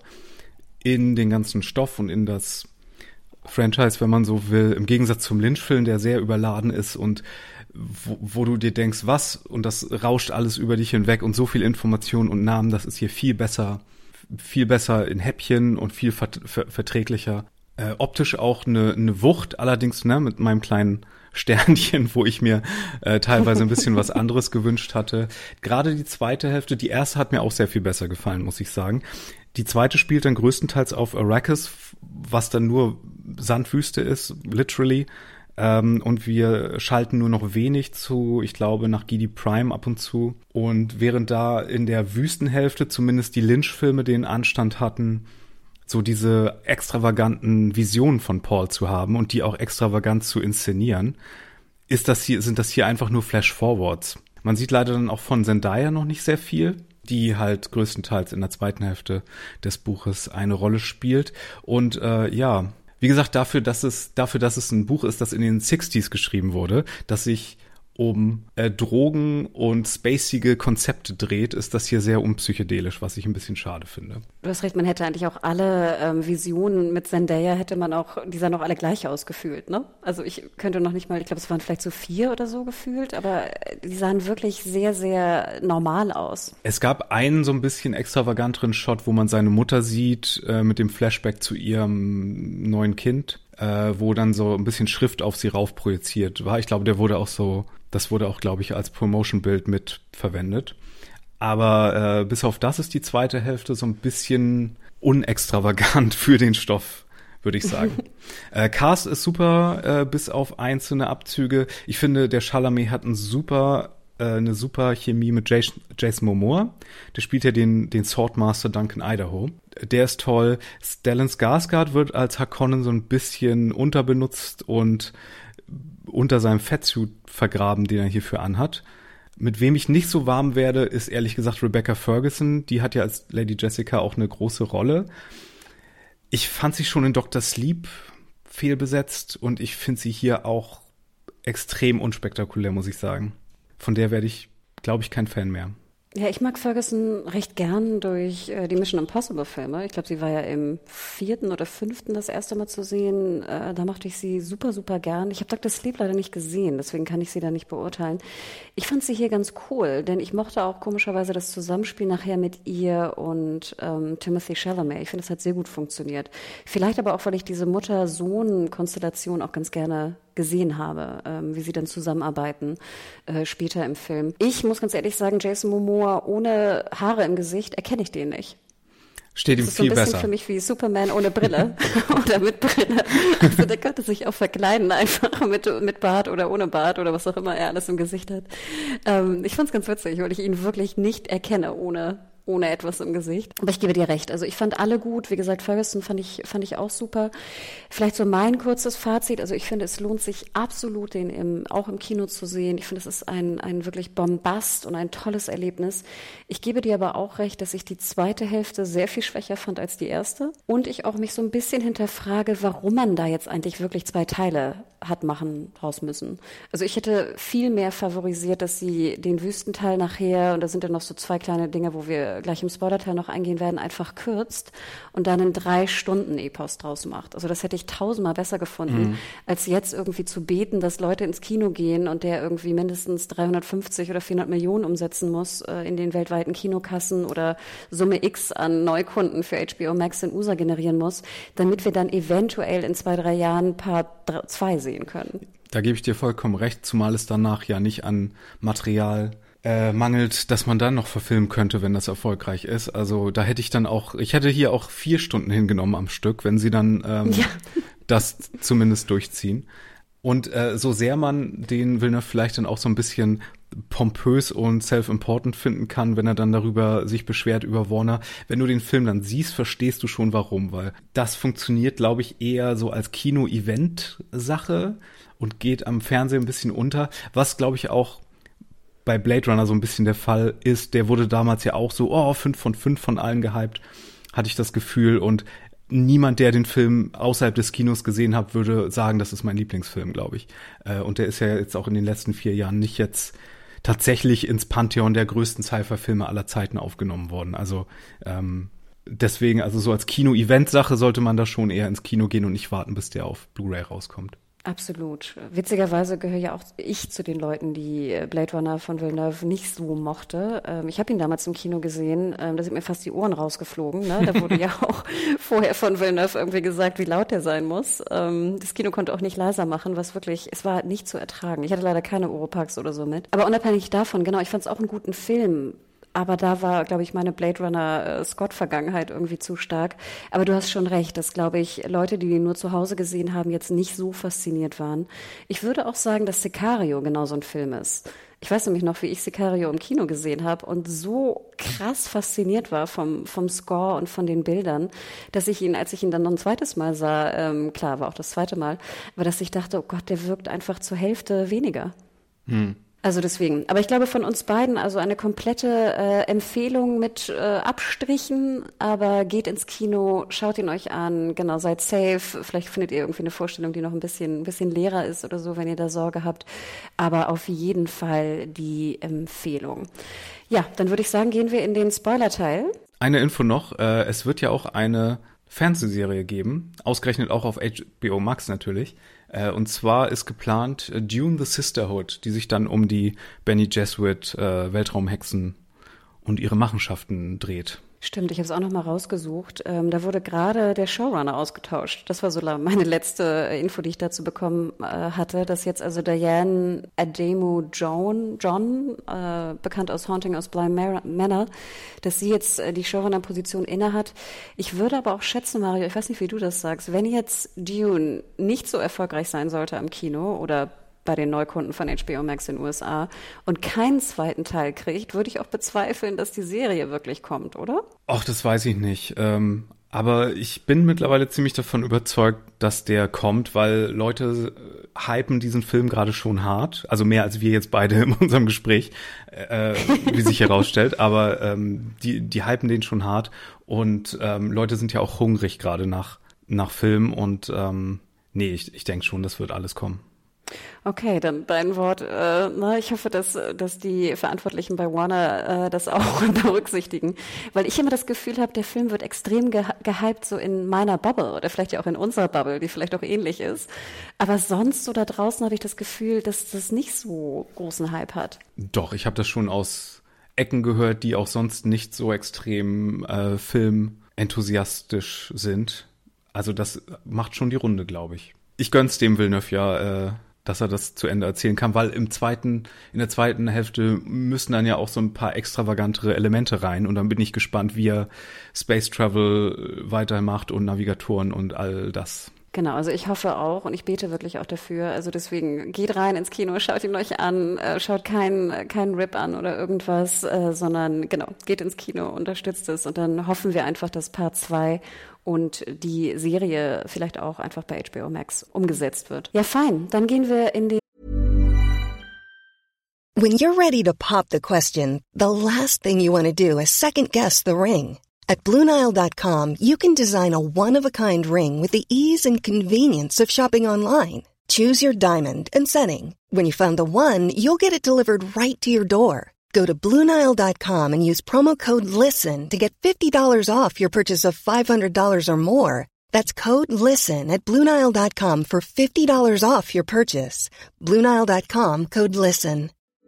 in den ganzen Stoff und in das Franchise, wenn man so will. Im Gegensatz zum Lynch-Film, der sehr überladen ist und wo du dir denkst, was? Und das rauscht alles über dich hinweg und so viel Information und Namen, das ist hier viel besser in Häppchen und viel verträglicher. Optisch auch eine Wucht, allerdings mit meinem kleinen Sternchen, wo ich mir teilweise ein bisschen was anderes gewünscht hatte. Gerade die zweite Hälfte, die erste hat mir auch sehr viel besser gefallen, muss ich sagen. Die zweite spielt dann größtenteils auf Arrakis, was dann nur Sandwüste ist, literally. Und wir schalten nur noch wenig zu, ich glaube, nach Giedi Prime ab und zu. Und während da in der Wüstenhälfte zumindest die Lynch-Filme den Anstand hatten, so diese extravaganten Visionen von Paul zu haben und die auch extravagant zu inszenieren, sind das hier einfach nur Flash-Forwards. Man sieht leider dann auch von Zendaya noch nicht sehr viel, die halt größtenteils in der zweiten Hälfte des Buches eine Rolle spielt. Und wie gesagt, dafür, dass es ein Buch ist, das in den 60s geschrieben wurde, das sich um Drogen und spacige Konzepte dreht, ist das hier sehr unpsychedelisch, was ich ein bisschen schade finde. Du hast recht, man hätte eigentlich auch alle Visionen mit Zendaya, die sahen auch alle gleich ausgefühlt, ne? Also ich könnte noch nicht mal, ich glaube, es waren vielleicht so 4 oder so gefühlt, aber die sahen wirklich sehr, sehr normal aus. Es gab einen so ein bisschen extravaganteren Shot, wo man seine Mutter sieht, mit dem Flashback zu ihrem neuen Kind, wo dann so ein bisschen Schrift auf sie rauf projiziert war. Ich glaube, das wurde auch, glaube ich, als Promotion-Bild mit verwendet. Aber bis auf das ist die zweite Hälfte so ein bisschen unextravagant für den Stoff, würde ich sagen. Cast ist super, bis auf einzelne Abzüge. Ich finde, der Chalamet hat eine super Chemie mit Jason Momoa. Der spielt ja den Swordmaster Duncan Idaho. Der ist toll. Stellan Skarsgård wird als Harkonnen so ein bisschen unterbenutzt und unter seinem Fettsuit vergraben, den er hierfür anhat. Mit wem ich nicht so warm werde, ist ehrlich gesagt Rebecca Ferguson. Die hat ja als Lady Jessica auch eine große Rolle. Ich fand sie schon in Dr. Sleep fehlbesetzt und ich finde sie hier auch extrem unspektakulär, muss ich sagen. Von der werde ich, glaube ich, kein Fan mehr. Ja, ich mag Ferguson recht gern durch die Mission Impossible Filme. Ich glaube, sie war ja im 4. oder 5. das erste Mal zu sehen. Da mochte ich sie super, super gern. Ich habe Dr. Sleep leider nicht gesehen, deswegen kann ich sie da nicht beurteilen. Ich fand sie hier ganz cool, denn ich mochte auch komischerweise das Zusammenspiel nachher mit ihr und Timothée Chalamet. Ich finde, das hat sehr gut funktioniert. Vielleicht aber auch, weil ich diese Mutter-Sohn-Konstellation auch ganz gerne gesehen habe, wie sie dann zusammenarbeiten später im Film. Ich muss ganz ehrlich sagen, Jason Momoa ohne Haare im Gesicht erkenne ich den nicht. Steht ihm viel besser. Das ist so ein bisschen für mich wie Superman ohne Brille oder mit Brille. Also der könnte sich auch verkleiden einfach mit Bart oder ohne Bart oder was auch immer er alles im Gesicht hat. Ich fand es ganz witzig, weil ich ihn wirklich nicht erkenne ohne etwas im Gesicht. Aber ich gebe dir recht. Also ich fand alle gut. Wie gesagt, Ferguson fand ich auch super. Vielleicht so mein kurzes Fazit. Also ich finde, es lohnt sich absolut, den auch im Kino zu sehen. Ich finde, es ist ein wirklich Bombast und ein tolles Erlebnis. Ich gebe dir aber auch recht, dass ich die zweite Hälfte sehr viel schwächer fand als die erste. Und ich auch mich so ein bisschen hinterfrage, warum man da jetzt eigentlich wirklich 2 Teile hat raus müssen. Also ich hätte viel mehr favorisiert, dass sie den Wüstenteil nachher, und da sind dann noch so 2 kleine Dinge, wo wir gleich im Spoilerteil noch eingehen werden, einfach kürzt und dann einen 3-Stunden-Epos draus macht. Also das hätte ich 1000-mal besser gefunden, als jetzt irgendwie zu beten, dass Leute ins Kino gehen und der irgendwie mindestens 350 oder 400 Millionen umsetzen muss in den weltweiten Kinokassen oder Summe X an Neukunden für HBO Max in USA generieren muss, damit wir dann eventuell in 2-3 Jahren Part 2 sehen können. Da gebe ich dir vollkommen recht, zumal es danach ja nicht an Material mangelt, dass man dann noch verfilmen könnte, wenn das erfolgreich ist. Also da hätte ich hätte hier auch 4 Stunden hingenommen am Stück, wenn sie dann das zumindest durchziehen. Und so sehr man den Villeneuve vielleicht dann auch so ein bisschen pompös und self-important finden kann, wenn er dann darüber sich beschwert über Warner. Wenn du den Film dann siehst, verstehst du schon warum, weil das funktioniert, glaube ich, eher so als Kino-Event-Sache und geht am Fernsehen ein bisschen unter, was, glaube ich, auch bei Blade Runner so ein bisschen der Fall ist. Der wurde damals ja auch so, 5 von 5 von allen gehypt, hatte ich das Gefühl, und niemand, der den Film außerhalb des Kinos gesehen hat, würde sagen, das ist mein Lieblingsfilm, glaube ich. Und der ist ja jetzt auch in den letzten 4 Jahren nicht jetzt tatsächlich ins Pantheon der größten Sci-Fi-Filme aller Zeiten aufgenommen worden. Also deswegen, also so als Kino-Event-Sache sollte man da schon eher ins Kino gehen und nicht warten, bis der auf Blu-ray rauskommt. Absolut. Witzigerweise gehöre ja auch ich zu den Leuten, die Blade Runner von Villeneuve nicht so mochte. Ich habe ihn damals im Kino gesehen, da sind mir fast die Ohren rausgeflogen. Ne? Da wurde ja auch vorher von Villeneuve irgendwie gesagt, wie laut der sein muss. Das Kino konnte auch nicht leiser machen, es war nicht zu ertragen. Ich hatte leider keine Oropax oder so mit. Aber unabhängig davon, genau, ich fand es auch einen guten Film. Aber da war, glaube ich, meine Blade Runner Scott-Vergangenheit irgendwie zu stark. Aber du hast schon recht, dass, glaube ich, Leute, die ihn nur zu Hause gesehen haben, jetzt nicht so fasziniert waren. Ich würde auch sagen, dass Sicario genau so ein Film ist. Ich weiß nämlich noch, wie ich Sicario im Kino gesehen habe und so krass fasziniert war vom Score und von den Bildern, dass ich ihn, als ich ihn dann noch ein zweites Mal sah, klar, war auch das zweite Mal, aber dass ich dachte, oh Gott, der wirkt einfach zur Hälfte weniger. Also deswegen. Aber ich glaube von uns beiden, also eine komplette Empfehlung mit Abstrichen, aber geht ins Kino, schaut ihn euch an, genau, seid safe. Vielleicht findet ihr irgendwie eine Vorstellung, die noch ein bisschen leerer ist oder so, wenn ihr da Sorge habt. Aber auf jeden Fall die Empfehlung. Ja, dann würde ich sagen, gehen wir in den Spoiler-Teil. Eine Info noch, es wird ja auch eine Fernsehserie geben, ausgerechnet auch auf HBO Max natürlich. Und zwar ist geplant Dune the Sisterhood, die sich dann um die Bene Gesserit Weltraumhexen und ihre Machenschaften dreht. Stimmt, ich habe es auch noch mal rausgesucht. Da wurde gerade der Showrunner ausgetauscht. Das war so meine letzte Info, die ich dazu bekommen hatte, dass jetzt also Diane Ademo-John, bekannt aus Haunting aus Bly Manor, dass sie jetzt die Showrunner-Position innehat. Ich würde aber auch schätzen, Mario, ich weiß nicht, wie du das sagst, wenn jetzt Dune nicht so erfolgreich sein sollte am Kino oder bei den Neukunden von HBO Max in den USA und keinen zweiten Teil kriegt, würde ich auch bezweifeln, dass die Serie wirklich kommt, oder? Ach, das weiß ich nicht. Aber ich bin mittlerweile ziemlich davon überzeugt, dass der kommt, weil Leute hypen diesen Film gerade schon hart. Also mehr als wir jetzt beide in unserem Gespräch, wie sich herausstellt. Aber die hypen den schon hart. Und Leute sind ja auch hungrig gerade nach Film. Und ich denke schon, das wird alles kommen. Okay, dann dein Wort. Ich hoffe, dass die Verantwortlichen bei Warner das auch berücksichtigen. Weil ich immer das Gefühl habe, der Film wird extrem gehypt so in meiner Bubble oder vielleicht ja auch in unserer Bubble, die vielleicht auch ähnlich ist. Aber sonst so da draußen habe ich das Gefühl, dass das nicht so großen Hype hat. Doch, ich habe das schon aus Ecken gehört, die auch sonst nicht so extrem filmenthusiastisch sind. Also das macht schon die Runde, glaube ich. Ich gönn's dem Villeneuve ja, dass er das zu Ende erzählen kann, weil in der zweiten Hälfte müssen dann ja auch so ein paar extravagantere Elemente rein und dann bin ich gespannt, wie er Space Travel weitermacht und Navigatoren und all das. Genau, also ich hoffe auch und ich bete wirklich auch dafür. Also deswegen geht rein ins Kino, schaut ihn euch an, schaut keinen Rip an oder irgendwas, sondern genau, geht ins Kino, unterstützt es und dann hoffen wir einfach, dass Part 2 und die Serie vielleicht auch einfach bei HBO Max umgesetzt wird. Ja, fein. Dann gehen wir in die... When you're ready to pop the question, the last thing you want to do is second guess the ring. At BlueNile.com, you can design a one-of-a-kind ring with the ease and convenience of shopping online. Choose your diamond and setting. When you find the one, you'll get it delivered right to your door. Go to BlueNile.com and use promo code LISTEN to get $50 off your purchase of $500 or more. That's code LISTEN at BlueNile.com for $50 off your purchase. BlueNile.com, code LISTEN.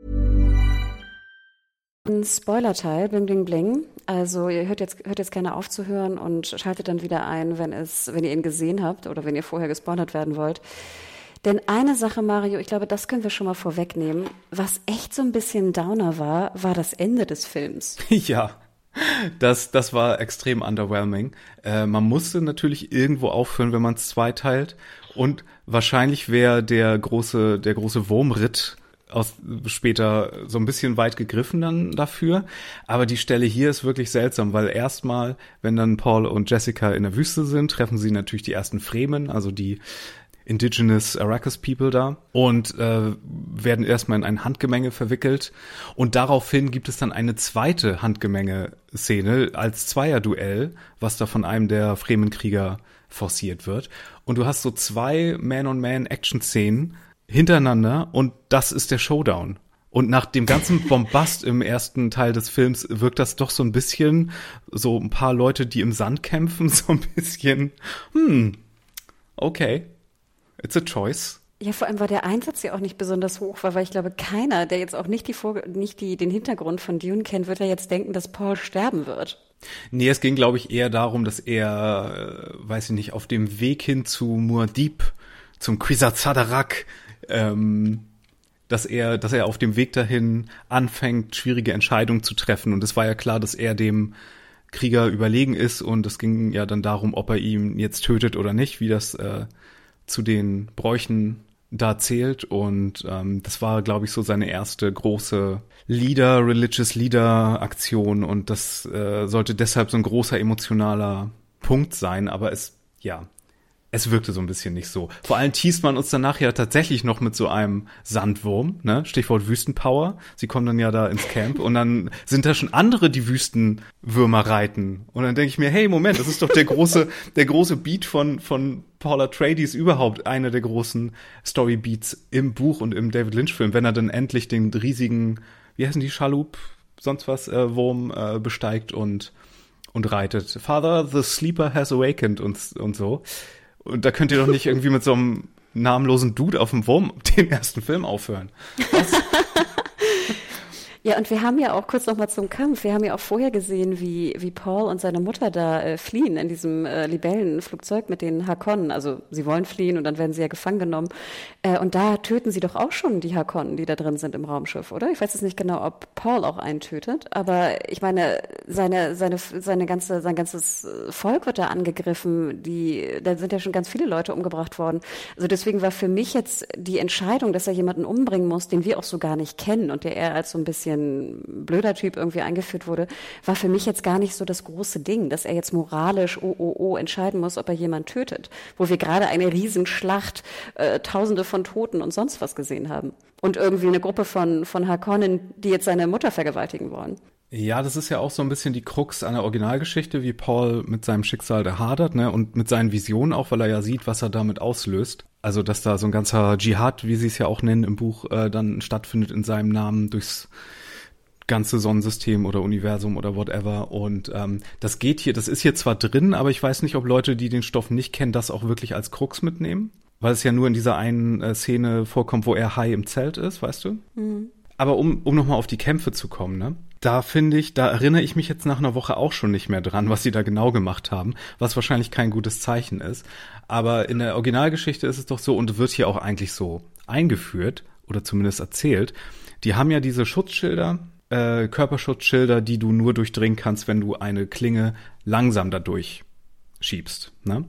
Spoiler-Teil, bling, bling, bling. Also ihr hört jetzt gerne aufzuhören und schaltet dann wieder ein, wenn ihr ihn gesehen habt oder wenn ihr vorher gespoilert werden wollt. Denn eine Sache, Mario, ich glaube, das können wir schon mal vorwegnehmen, was echt so ein bisschen Downer war das Ende des Films. Ja, das war extrem underwhelming. Man musste natürlich irgendwo aufhören, wenn man es zweiteilt. Und wahrscheinlich wäre der große Wurmritt später so ein bisschen weit gegriffen dann dafür. Aber die Stelle hier ist wirklich seltsam, weil erstmal, wenn dann Paul und Jessica in der Wüste sind, treffen sie natürlich die ersten Fremen, also die Indigenous Arrakis People da und werden erstmal in ein Handgemenge verwickelt und daraufhin gibt es dann eine zweite Handgemenge-Szene als Zweierduell, was da von einem der Fremenkrieger forciert wird und du hast so 2 Man-on-Man-Action-Szenen hintereinander und das ist der Showdown. Und nach dem ganzen Bombast im ersten Teil des Films wirkt das doch so ein bisschen, so ein paar Leute, die im Sand kämpfen, so ein bisschen, okay. It's a choice. Ja, vor allem, weil der Einsatz ja auch nicht besonders hoch war, weil ich glaube, keiner, der jetzt auch nicht den Hintergrund von Dune kennt, wird ja jetzt denken, dass Paul sterben wird. Nee, es ging, glaube ich, eher darum, dass er, weiß ich nicht, auf dem Weg hin zu Muad'Dib, zum Kwisatz Haderach, dass er auf dem Weg dahin anfängt, schwierige Entscheidungen zu treffen. Und es war ja klar, dass er dem Krieger überlegen ist und es ging ja dann darum, ob er ihn jetzt tötet oder nicht, wie das zu den Bräuchen da zählt und das war, glaube ich, so seine erste große Religious Leader Aktion und das sollte deshalb so ein großer emotionaler Punkt sein, aber es es wirkte so ein bisschen nicht so. Vor allem teast man uns danach ja tatsächlich noch mit so einem Sandwurm, ne? Stichwort Wüstenpower. Sie kommen dann ja da ins Camp und dann sind da schon andere, die Wüstenwürmer reiten. Und dann denke ich mir, hey, Moment, das ist doch der große Beat von Paul Atreides, überhaupt einer der großen Storybeats im Buch und im David Lynch-Film, wenn er dann endlich den riesigen, wie heißen die, Chalup, sonst was, Wurm besteigt und reitet. Father, the sleeper has awakened und so. Und da könnt ihr doch nicht irgendwie mit so einem namenlosen Dude auf dem Wurm den ersten Film aufhören. Was? Ja, und wir haben ja auch kurz noch mal zum Kampf, wir haben ja auch vorher gesehen, wie Paul und seine Mutter da fliehen in diesem Libellenflugzeug mit den Harkonnen. Also sie wollen fliehen und dann werden sie ja gefangen genommen. Und da töten sie doch auch schon die Harkonnen, die da drin sind im Raumschiff, oder? Ich weiß jetzt nicht genau, ob Paul auch einen tötet, aber ich meine, sein ganzes Volk wird da angegriffen, da sind ja schon ganz viele Leute umgebracht worden. Also deswegen war für mich jetzt die Entscheidung, dass er jemanden umbringen muss, den wir auch so gar nicht kennen und der eher als so ein bisschen blöder Typ irgendwie eingeführt wurde, war für mich jetzt gar nicht so das große Ding, dass er jetzt moralisch entscheiden muss, ob er jemanden tötet, wo wir gerade eine Riesenschlacht, Tausende von Toten und sonst was gesehen haben. Und irgendwie eine Gruppe von Harkonnen, die jetzt seine Mutter vergewaltigen wollen. Ja, das ist ja auch so ein bisschen die Krux an der Originalgeschichte, wie Paul mit seinem Schicksal da hadert, ne, und mit seinen Visionen auch, weil er ja sieht, was er damit auslöst. Also, dass da so ein ganzer Dschihad, wie sie es ja auch nennen im Buch, dann stattfindet in seinem Namen durchs ganze Sonnensystem oder Universum oder whatever. Und das ist hier zwar drin, aber ich weiß nicht, ob Leute, die den Stoff nicht kennen, das auch wirklich als Krux mitnehmen. Weil es ja nur in dieser einen Szene vorkommt, wo er high im Zelt ist, weißt du? Mhm. Aber um nochmal auf die Kämpfe zu kommen, ne? Da erinnere ich mich jetzt nach einer Woche auch schon nicht mehr dran, was sie da genau gemacht haben, was wahrscheinlich kein gutes Zeichen ist. Aber in der Originalgeschichte ist es doch so, und wird hier auch eigentlich so eingeführt oder zumindest erzählt, die haben ja diese Schutzschilder, Körperschutzschilder, die du nur durchdringen kannst, wenn du eine Klinge langsam dadurch schiebst, ne?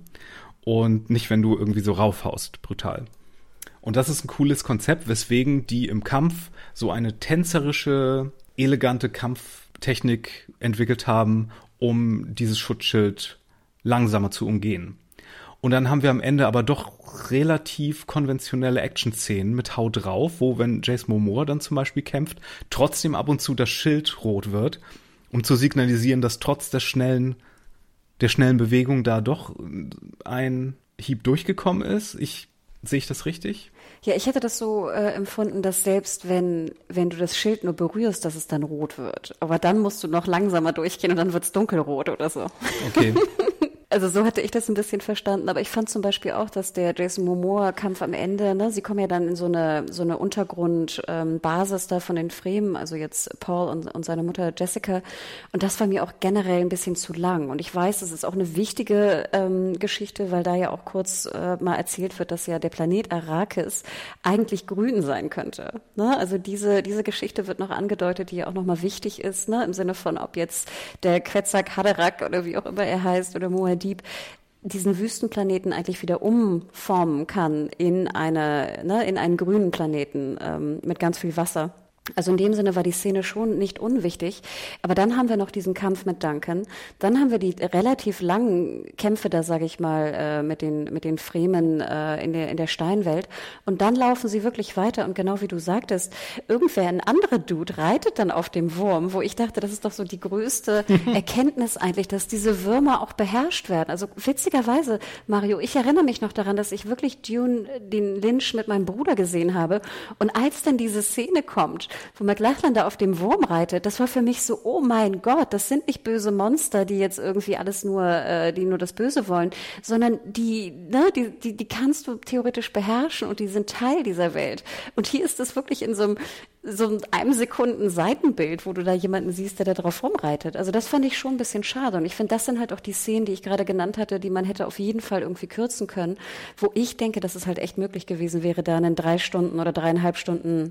Und nicht, wenn du irgendwie so raufhaust, brutal. Und das ist ein cooles Konzept, weswegen die im Kampf so eine tänzerische, elegante Kampftechnik entwickelt haben, um dieses Schutzschild langsamer zu umgehen. Und dann haben wir am Ende aber doch relativ konventionelle Action-Szenen mit Hau drauf, wo, wenn Jason Momoa dann zum Beispiel kämpft, trotzdem ab und zu das Schild rot wird, um zu signalisieren, dass trotz der schnellen Bewegung da doch ein Hieb durchgekommen ist. Sehe ich das richtig? Ja, ich hätte das so empfunden, dass selbst wenn du das Schild nur berührst, dass es dann rot wird. Aber dann musst du noch langsamer durchgehen und dann wird's dunkelrot oder so. Okay. Also so hatte ich das ein bisschen verstanden, aber ich fand zum Beispiel auch, dass der Jason Momoa-Kampf am Ende, ne, sie kommen ja dann in so eine Untergrundbasis da von den Fremen, also jetzt Paul und seine Mutter Jessica, und das war mir auch generell ein bisschen zu lang. Und ich weiß, das ist auch eine wichtige Geschichte, weil da ja auch kurz mal erzählt wird, dass ja der Planet Arrakis eigentlich grün sein könnte. Ne? Also diese Geschichte wird noch angedeutet, die ja auch nochmal wichtig ist, ne, im Sinne von, ob jetzt der Quetzalcoatl Haderach oder wie auch immer er heißt oder Muad'Dib diesen Wüstenplaneten eigentlich wieder umformen kann in einen grünen Planeten mit ganz viel Wasser. Also in dem Sinne war die Szene schon nicht unwichtig. Aber dann haben wir noch diesen Kampf mit Duncan. Dann haben wir die relativ langen Kämpfe da, sage ich mal, mit den Fremen in der Steinwelt. Und dann laufen sie wirklich weiter. Und genau wie du sagtest, ein anderer Dude reitet dann auf dem Wurm, wo ich dachte, das ist doch so die größte Erkenntnis eigentlich, dass diese Würmer auch beherrscht werden. Also witzigerweise, Mario, ich erinnere mich noch daran, dass ich wirklich Dune, den Lynch, mit meinem Bruder gesehen habe. Und als dann diese Szene kommt, wo McLachlan da auf dem Wurm reitet, das war für mich so, oh mein Gott, das sind nicht böse Monster, die jetzt irgendwie die nur das Böse wollen, sondern die kannst du theoretisch beherrschen und die sind Teil dieser Welt. Und hier ist es wirklich in so einem Sekunden Seitenbild, wo du da jemanden siehst, der da drauf rumreitet. Also das fand ich schon ein bisschen schade. Und ich finde, das sind halt auch die Szenen, die ich gerade genannt hatte, die man hätte auf jeden Fall irgendwie kürzen können, wo ich denke, dass es halt echt möglich gewesen wäre, da einen 3 Stunden oder 3,5 Stunden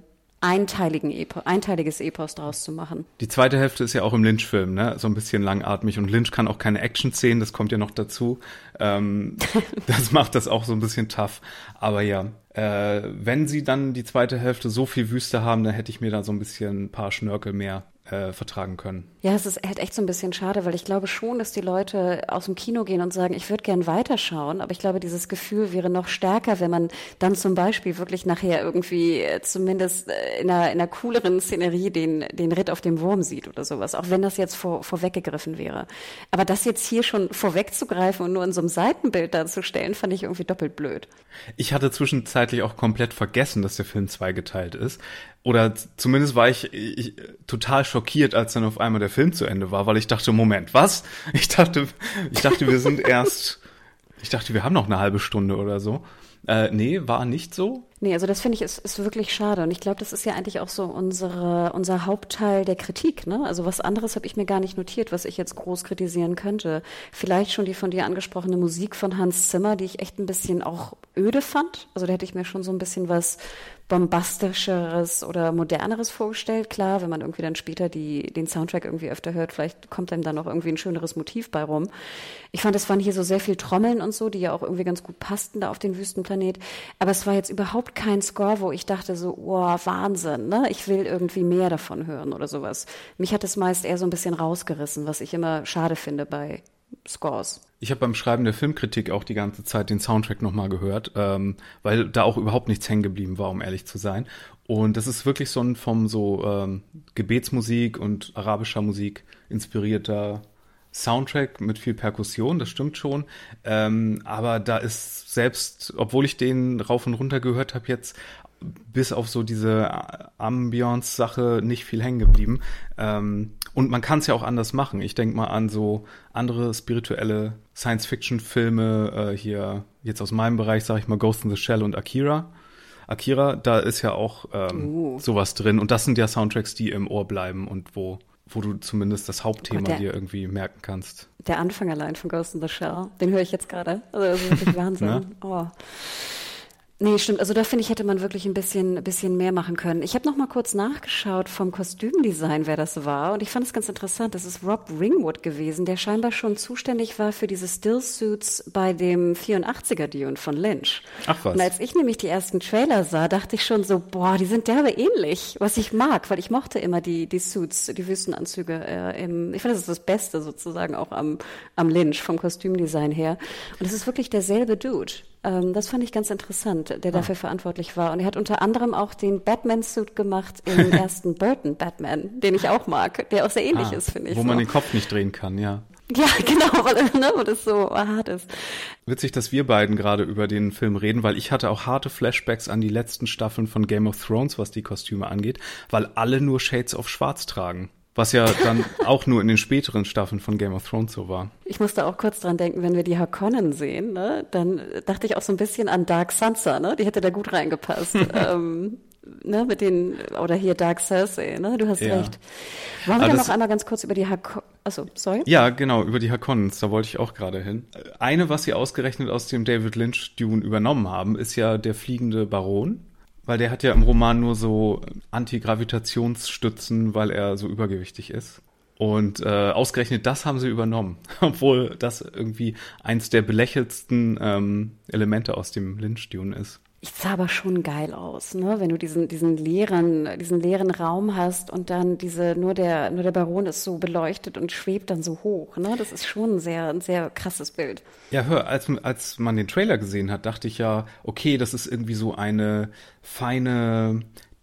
einteiliges Epos draus zu machen. Die zweite Hälfte ist ja auch im Lynch-Film, ne? So ein bisschen langatmig. Und Lynch kann auch keine Action-Szenen, das kommt ja noch dazu. Das macht das auch so ein bisschen tough. Aber ja, wenn sie dann die zweite Hälfte so viel Wüste haben, dann hätte ich mir da so ein bisschen ein paar Schnörkel mehr vertragen können. Ja, es ist halt echt so ein bisschen schade, weil ich glaube schon, dass die Leute aus dem Kino gehen und sagen, ich würde gern weiterschauen, aber ich glaube, dieses Gefühl wäre noch stärker, wenn man dann zum Beispiel wirklich nachher irgendwie zumindest in einer cooleren Szenerie den Ritt auf dem Wurm sieht oder sowas, auch wenn das jetzt vorweggegriffen wäre. Aber das jetzt hier schon vorwegzugreifen und nur in so einem Seitenbild darzustellen, fand ich irgendwie doppelt blöd. Ich hatte zwischenzeitlich auch komplett vergessen, dass der Film zweigeteilt ist. Oder zumindest war ich total schockiert, als dann auf einmal der Film zu Ende war, weil ich dachte, Moment, was? Ich dachte, wir haben noch eine halbe Stunde oder so. Nee, war nicht so. Nee, also das finde ich ist wirklich schade. Und ich glaube, das ist ja eigentlich auch so unser Hauptteil der Kritik, ne? Also was anderes habe ich mir gar nicht notiert, was ich jetzt groß kritisieren könnte. Vielleicht schon die von dir angesprochene Musik von Hans Zimmer, die ich echt ein bisschen auch öde fand. Also da hätte ich mir schon so ein bisschen was Bombastischeres oder Moderneres vorgestellt. Klar, wenn man irgendwie dann später den Soundtrack irgendwie öfter hört, vielleicht kommt einem dann noch irgendwie ein schöneres Motiv bei rum. Ich fand, es waren hier so sehr viel Trommeln und so, die ja auch irgendwie ganz gut passten da auf den Wüstenplanet. Aber es war jetzt überhaupt kein Score, wo ich dachte so, oh, Wahnsinn, ne? Ich will irgendwie mehr davon hören oder sowas. Mich hat es meist eher so ein bisschen rausgerissen, was ich immer schade finde bei Scores. Ich habe beim Schreiben der Filmkritik auch die ganze Zeit den Soundtrack nochmal gehört, weil da auch überhaupt nichts hängen geblieben war, um ehrlich zu sein. Und das ist wirklich so ein vom Gebetsmusik und arabischer Musik inspirierter Soundtrack mit viel Perkussion, das stimmt schon. Aber da ist selbst, obwohl ich den rauf und runter gehört habe jetzt, bis auf so diese Ambiance-Sache nicht viel hängen geblieben. Und man kann es ja auch anders machen. Ich denke mal an so andere spirituelle Science-Fiction-Filme, hier jetzt aus meinem Bereich, sage ich mal, Ghost in the Shell und Akira. Akira, da ist ja auch sowas drin. Und das sind ja Soundtracks, die im Ohr bleiben und wo du zumindest das Hauptthema dir irgendwie merken kannst. Der Anfang allein von Ghost in the Shell, den höre ich jetzt gerade. Also das ist wirklich Wahnsinn. Ne? Oh. Nee, stimmt. Also da finde ich, hätte man wirklich ein bisschen mehr machen können. Ich habe noch mal kurz nachgeschaut vom Kostümdesign, wer das war. Und ich fand es ganz interessant. Das ist Rob Ringwood gewesen, der scheinbar schon zuständig war für diese Stillsuits bei dem 84er Dune von Lynch. Ach was. Und als ich nämlich die ersten Trailer sah, dachte ich schon so, boah, die sind derbe ähnlich, was ich mag, weil ich mochte immer die Suits, die Wüstenanzüge. Ich finde, das ist das Beste sozusagen auch am Lynch vom Kostümdesign her. Und es ist wirklich derselbe Dude. Das fand ich ganz interessant, der dafür verantwortlich war. Und er hat unter anderem auch den Batman-Suit gemacht im ersten Burton-Batman, den ich auch mag, der auch sehr ähnlich ist, finde ich. Wo man den Kopf nicht drehen kann, ja. Ja, genau, weil das so hart ist. Witzig, dass wir beiden gerade über den Film reden, weil ich hatte auch harte Flashbacks an die letzten Staffeln von Game of Thrones, was die Kostüme angeht, weil alle nur Shades of Schwarz tragen. Was ja dann auch nur in den späteren Staffeln von Game of Thrones so war. Ich musste auch kurz dran denken, wenn wir die Harkonnen sehen, ne, dann dachte ich auch so ein bisschen an Dark Sansa, ne? Die hätte da gut reingepasst. Ne, mit den, oder hier Dark Cersei, ne? Du hast recht. Wollen wir noch einmal ganz kurz über die Harkonnen, achso, sorry? Ja, genau, über die Harkonnens, da wollte ich auch gerade hin. Eine, was sie ausgerechnet aus dem David Lynch Dune übernommen haben, ist ja der fliegende Baron. Weil der hat ja im Roman nur so Antigravitationsstützen, weil er so übergewichtig ist. Und ausgerechnet das haben sie übernommen. Obwohl das irgendwie eins der belächeltsten Elemente aus dem Lynch-Dune ist. Ich sah aber schon geil aus, ne? Wenn du diesen leeren Raum hast und dann nur der Baron ist so beleuchtet und schwebt dann so hoch, ne? Das ist schon ein sehr krasses Bild. Ja, hör, als man den Trailer gesehen hat, dachte ich ja, okay, das ist irgendwie so eine feine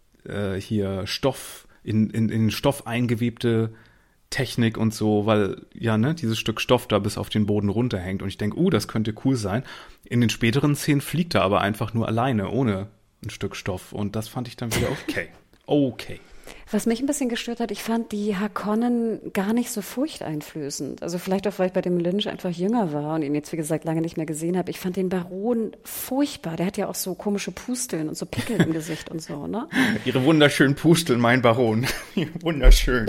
hier Stoff in Stoff eingewebte Technik und so, weil ja, ne, dieses Stück Stoff da bis auf den Boden runterhängt und ich denke, das könnte cool sein. In den späteren Szenen fliegt er aber einfach nur alleine, ohne ein Stück Stoff und das fand ich dann wieder okay. Was mich ein bisschen gestört hat, ich fand die Harkonnen gar nicht so furchteinflößend. Also vielleicht auch, weil ich bei dem Lynch einfach jünger war und ihn jetzt, wie gesagt, lange nicht mehr gesehen habe. Ich fand den Baron furchtbar. Der hat ja auch so komische Pusteln und so Pickel im Gesicht und so, ne? Ihre wunderschönen Pusteln, mein Baron. Wunderschön.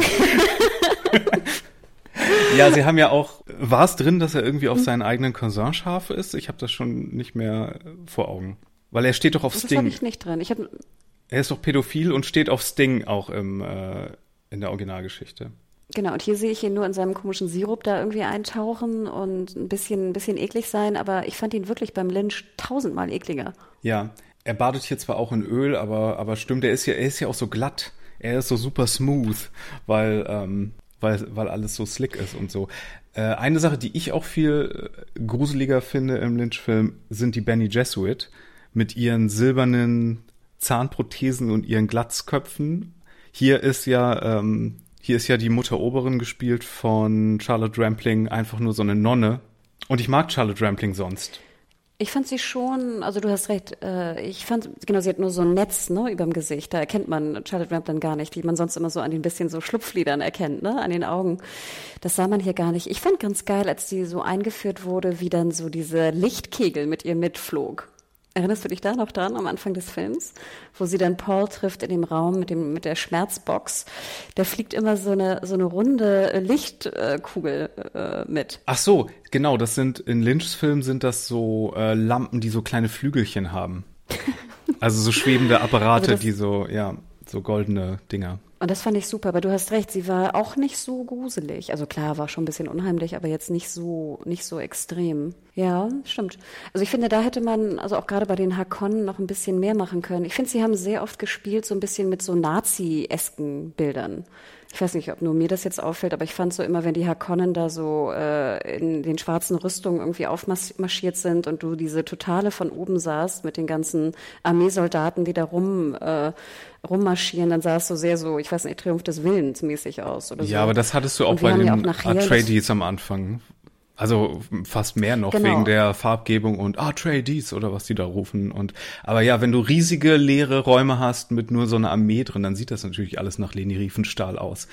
Ja, sie haben ja auch, war es drin, dass er irgendwie auf seinen eigenen Cousin scharf ist? Ich habe das schon nicht mehr vor Augen. Weil er steht doch auf Sting. Das habe ich nicht drin. Er ist doch pädophil und steht auf Sting auch in der Originalgeschichte. Genau, und hier sehe ich ihn nur in seinem komischen Sirup da irgendwie eintauchen und ein bisschen eklig sein, aber ich fand ihn wirklich beim Lynch 1000-mal ekliger. Ja, er badet hier zwar auch in Öl, aber stimmt, er ist ja auch so glatt. Er ist so super smooth, weil alles so slick ist und so. Eine Sache, die ich auch viel gruseliger finde im Lynch-Film, sind die Bene Gesserit mit ihren silbernen Zahnprothesen und ihren Glatzköpfen. Hier ist ja die Mutter Oberin gespielt von Charlotte Rampling, einfach nur so eine Nonne. Und ich mag Charlotte Rampling sonst. Ich fand sie schon, also du hast recht, ich fand, genau, sie hat nur so ein Netz, ne, überm Gesicht. Da erkennt man Charlotte Rampling gar nicht, die man sonst immer so an den bisschen so Schlupflidern erkennt, ne, an den Augen. Das sah man hier gar nicht. Ich fand ganz geil, als die so eingeführt wurde, wie dann so diese Lichtkegel mit ihr mitflog. Erinnerst du dich da noch dran am Anfang des Films, wo sie dann Paul trifft in dem Raum mit der Schmerzbox? Da fliegt immer so eine runde Lichtkugel mit. Ach so, genau, das sind in Lynchs Filmen sind das so Lampen, die so kleine Flügelchen haben. Also so schwebende Apparate, also die so goldene Dinger. Und das fand ich super, aber du hast recht, sie war auch nicht so gruselig. Also klar, war schon ein bisschen unheimlich, aber jetzt nicht so extrem. Ja, stimmt. Also ich finde, da hätte man, also auch gerade bei den Harkonnen noch ein bisschen mehr machen können. Ich finde, sie haben sehr oft gespielt, so ein bisschen mit so Nazi-esken Bildern. Ich weiß nicht, ob nur mir das jetzt auffällt, aber ich fand so immer, wenn die Harkonnen da so in den schwarzen Rüstungen irgendwie aufmarschiert sind und du diese Totale von oben sahst mit den ganzen Armeesoldaten, die da rummarschieren, dann sah es so sehr so, ich weiß nicht, Triumph des Willens mäßig aus oder so. Ja, aber das hattest du auch bei den Atreides am Anfang. Also fast mehr noch, genau. Wegen der Farbgebung und Atreides oder was die da rufen. Aber ja, wenn du riesige leere Räume hast mit nur so einer Armee drin, dann sieht das natürlich alles nach Leni Riefenstahl aus.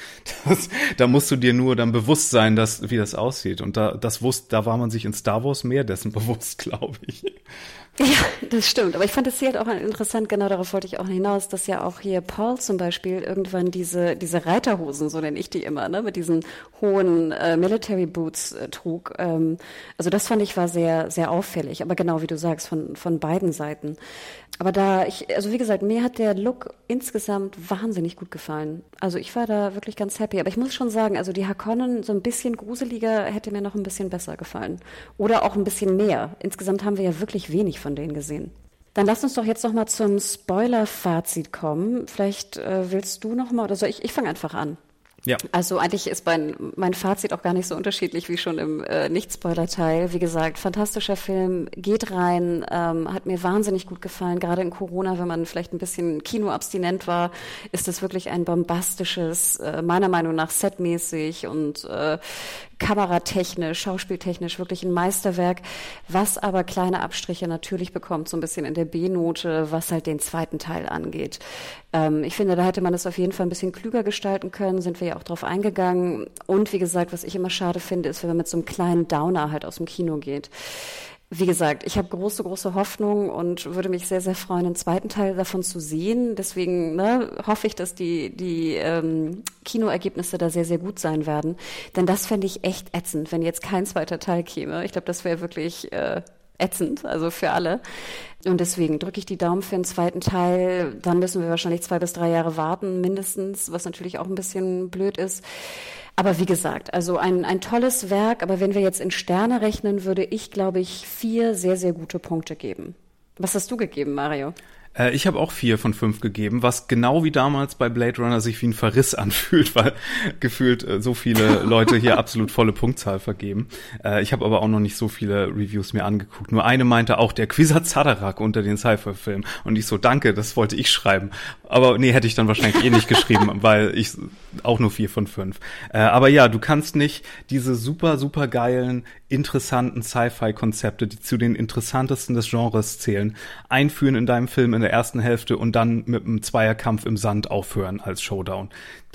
Da musst du dir nur dann bewusst sein, wie das aussieht. Und da war man sich in Star Wars mehr dessen bewusst, glaube ich. Ja, das stimmt. Aber ich fand es hier halt auch interessant, genau darauf wollte ich auch hinaus, dass ja auch hier Paul zum Beispiel irgendwann diese Reiterhosen, so nenne ich die immer, ne, mit diesen hohen Military Boots trug. Also das fand ich war sehr, sehr auffällig. Aber genau wie du sagst, von beiden Seiten. Aber also wie gesagt, mir hat der Look insgesamt wahnsinnig gut gefallen. Also ich war da wirklich ganz happy. Aber ich muss schon sagen, also die Harkonnen so ein bisschen gruseliger hätte mir noch ein bisschen besser gefallen. Oder auch ein bisschen mehr. Insgesamt haben wir ja wirklich wenig von denen gesehen. Dann lass uns doch jetzt noch mal zum Spoiler-Fazit kommen. Vielleicht willst du noch mal oder soll ich? Ich fange einfach an. Ja. Also eigentlich ist mein Fazit auch gar nicht so unterschiedlich wie schon im Nicht-Spoiler-Teil. Wie gesagt, fantastischer Film, geht rein, hat mir wahnsinnig gut gefallen. Gerade in Corona, wenn man vielleicht ein bisschen kinoabstinent war, ist das wirklich ein bombastisches, meiner Meinung nach setmäßig und kameratechnisch, schauspieltechnisch wirklich ein Meisterwerk, was aber kleine Abstriche natürlich bekommt, so ein bisschen in der B-Note, was halt den zweiten Teil angeht. Ich finde, da hätte man es auf jeden Fall ein bisschen klüger gestalten können, sind wir ja auch drauf eingegangen. Und wie gesagt, was ich immer schade finde, ist, wenn man mit so einem kleinen Downer halt aus dem Kino geht. Wie gesagt, ich habe große, große Hoffnung und würde mich sehr, sehr freuen, einen zweiten Teil davon zu sehen. Deswegen hoffe ich, dass die Kinoergebnisse da sehr, sehr gut sein werden. Denn das fände ich echt ätzend, wenn jetzt kein zweiter Teil käme. Ich glaube, das wäre wirklich ätzend, also für alle. Und deswegen drücke ich die Daumen für den zweiten Teil. Dann müssen wir wahrscheinlich 2 bis 3 Jahre warten, mindestens, was natürlich auch ein bisschen blöd ist. Aber wie gesagt, also ein tolles Werk, aber wenn wir jetzt in Sterne rechnen, würde ich, glaube ich, 4 sehr, sehr gute Punkte geben. Was hast du gegeben, Mario? Ich habe auch 4 von 5 gegeben, was genau wie damals bei Blade Runner sich wie ein Verriss anfühlt, weil gefühlt so viele Leute hier absolut volle Punktzahl vergeben. Ich habe aber auch noch nicht so viele Reviews mir angeguckt. Nur eine meinte auch, der Kwisatz Haderach unter den Sci-Fi-Filmen. Und ich so, danke, das wollte ich schreiben. Aber nee, hätte ich dann wahrscheinlich nicht geschrieben, weil ich auch nur 4 von 5. Aber ja, du kannst nicht diese super, super geilen, interessanten Sci-Fi-Konzepte, die zu den interessantesten des Genres zählen, einführen in deinem Film in der ersten Hälfte und dann mit einem Zweierkampf im Sand aufhören als Showdown.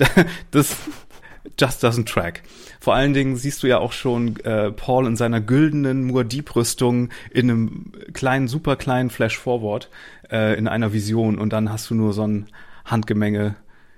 Das just doesn't track. Vor allen Dingen siehst du ja auch schon Paul in seiner güldenen Muad'Dib-Rüstung in einem kleinen, super kleinen Flash-Forward in einer Vision und dann hast du nur so ein Handgemenge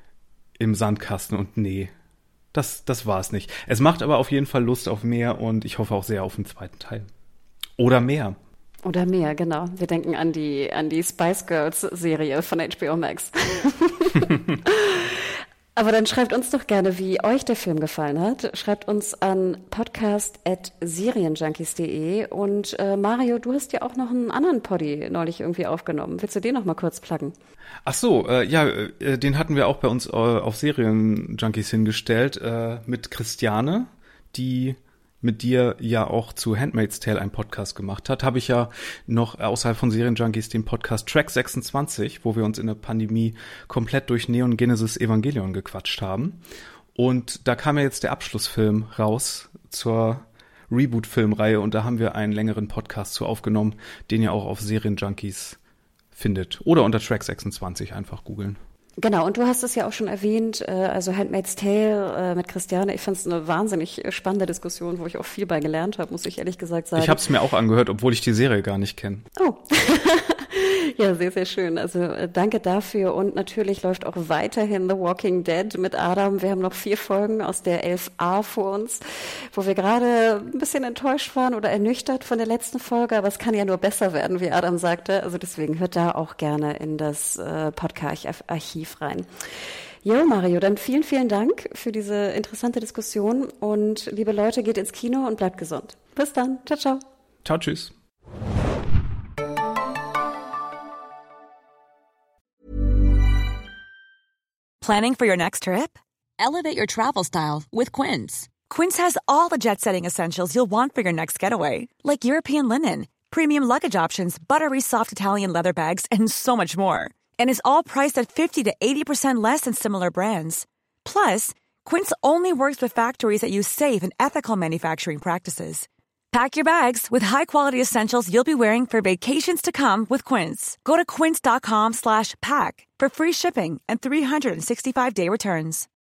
im Sandkasten und nee, das war's nicht. Es macht aber auf jeden Fall Lust auf mehr und ich hoffe auch sehr auf den zweiten Teil. Oder mehr. Oder mehr, genau. Wir denken an die Spice Girls Serie von HBO Max. Aber dann schreibt uns doch gerne, wie euch der Film gefallen hat. Schreibt uns an podcast@serienjunkies.de. Und Mario, du hast ja auch noch einen anderen Poddy neulich irgendwie aufgenommen. Willst du den noch mal kurz pluggen? Ach so, den hatten wir auch bei uns auf Serienjunkies hingestellt, mit Christiane, die mit dir ja auch zu Handmaid's Tale einen Podcast gemacht hat, habe ich ja noch außerhalb von Serienjunkies den Podcast Track 26, wo wir uns in der Pandemie komplett durch Neon Genesis Evangelion gequatscht haben. Und da kam ja jetzt der Abschlussfilm raus zur Reboot-Filmreihe und da haben wir einen längeren Podcast zu aufgenommen, den ihr auch auf Serienjunkies findet. Oder unter Track 26 einfach googeln. Genau, und du hast es ja auch schon erwähnt, also Handmaid's Tale mit Christiane. Ich fand es eine wahnsinnig spannende Diskussion, wo ich auch viel bei gelernt habe, muss ich ehrlich gesagt sagen. Ich habe es mir auch angehört, obwohl ich die Serie gar nicht kenne. Oh, ja, sehr, sehr schön. Also danke dafür. Und natürlich läuft auch weiterhin The Walking Dead mit Adam. Wir haben noch 4 Folgen aus der 11a vor uns, wo wir gerade ein bisschen enttäuscht waren oder ernüchtert von der letzten Folge. Aber es kann ja nur besser werden, wie Adam sagte. Also deswegen hört da auch gerne in das Podcast-Archiv rein. Jo, Mario, dann vielen, vielen Dank für diese interessante Diskussion. Und liebe Leute, geht ins Kino und bleibt gesund. Bis dann. Ciao, ciao. Ciao, tschüss. Planning for your next trip? Elevate your travel style with Quince. Quince has all the jet-setting essentials you'll want for your next getaway, like European linen, premium luggage options, buttery soft Italian leather bags, and so much more. And is all priced at 50 to 80% less than similar brands. Plus, Quince only works with factories that use safe and ethical manufacturing practices. Pack your bags with high-quality essentials you'll be wearing for vacations to come with Quince. Go to quince.com/pack for free shipping and 365-day returns.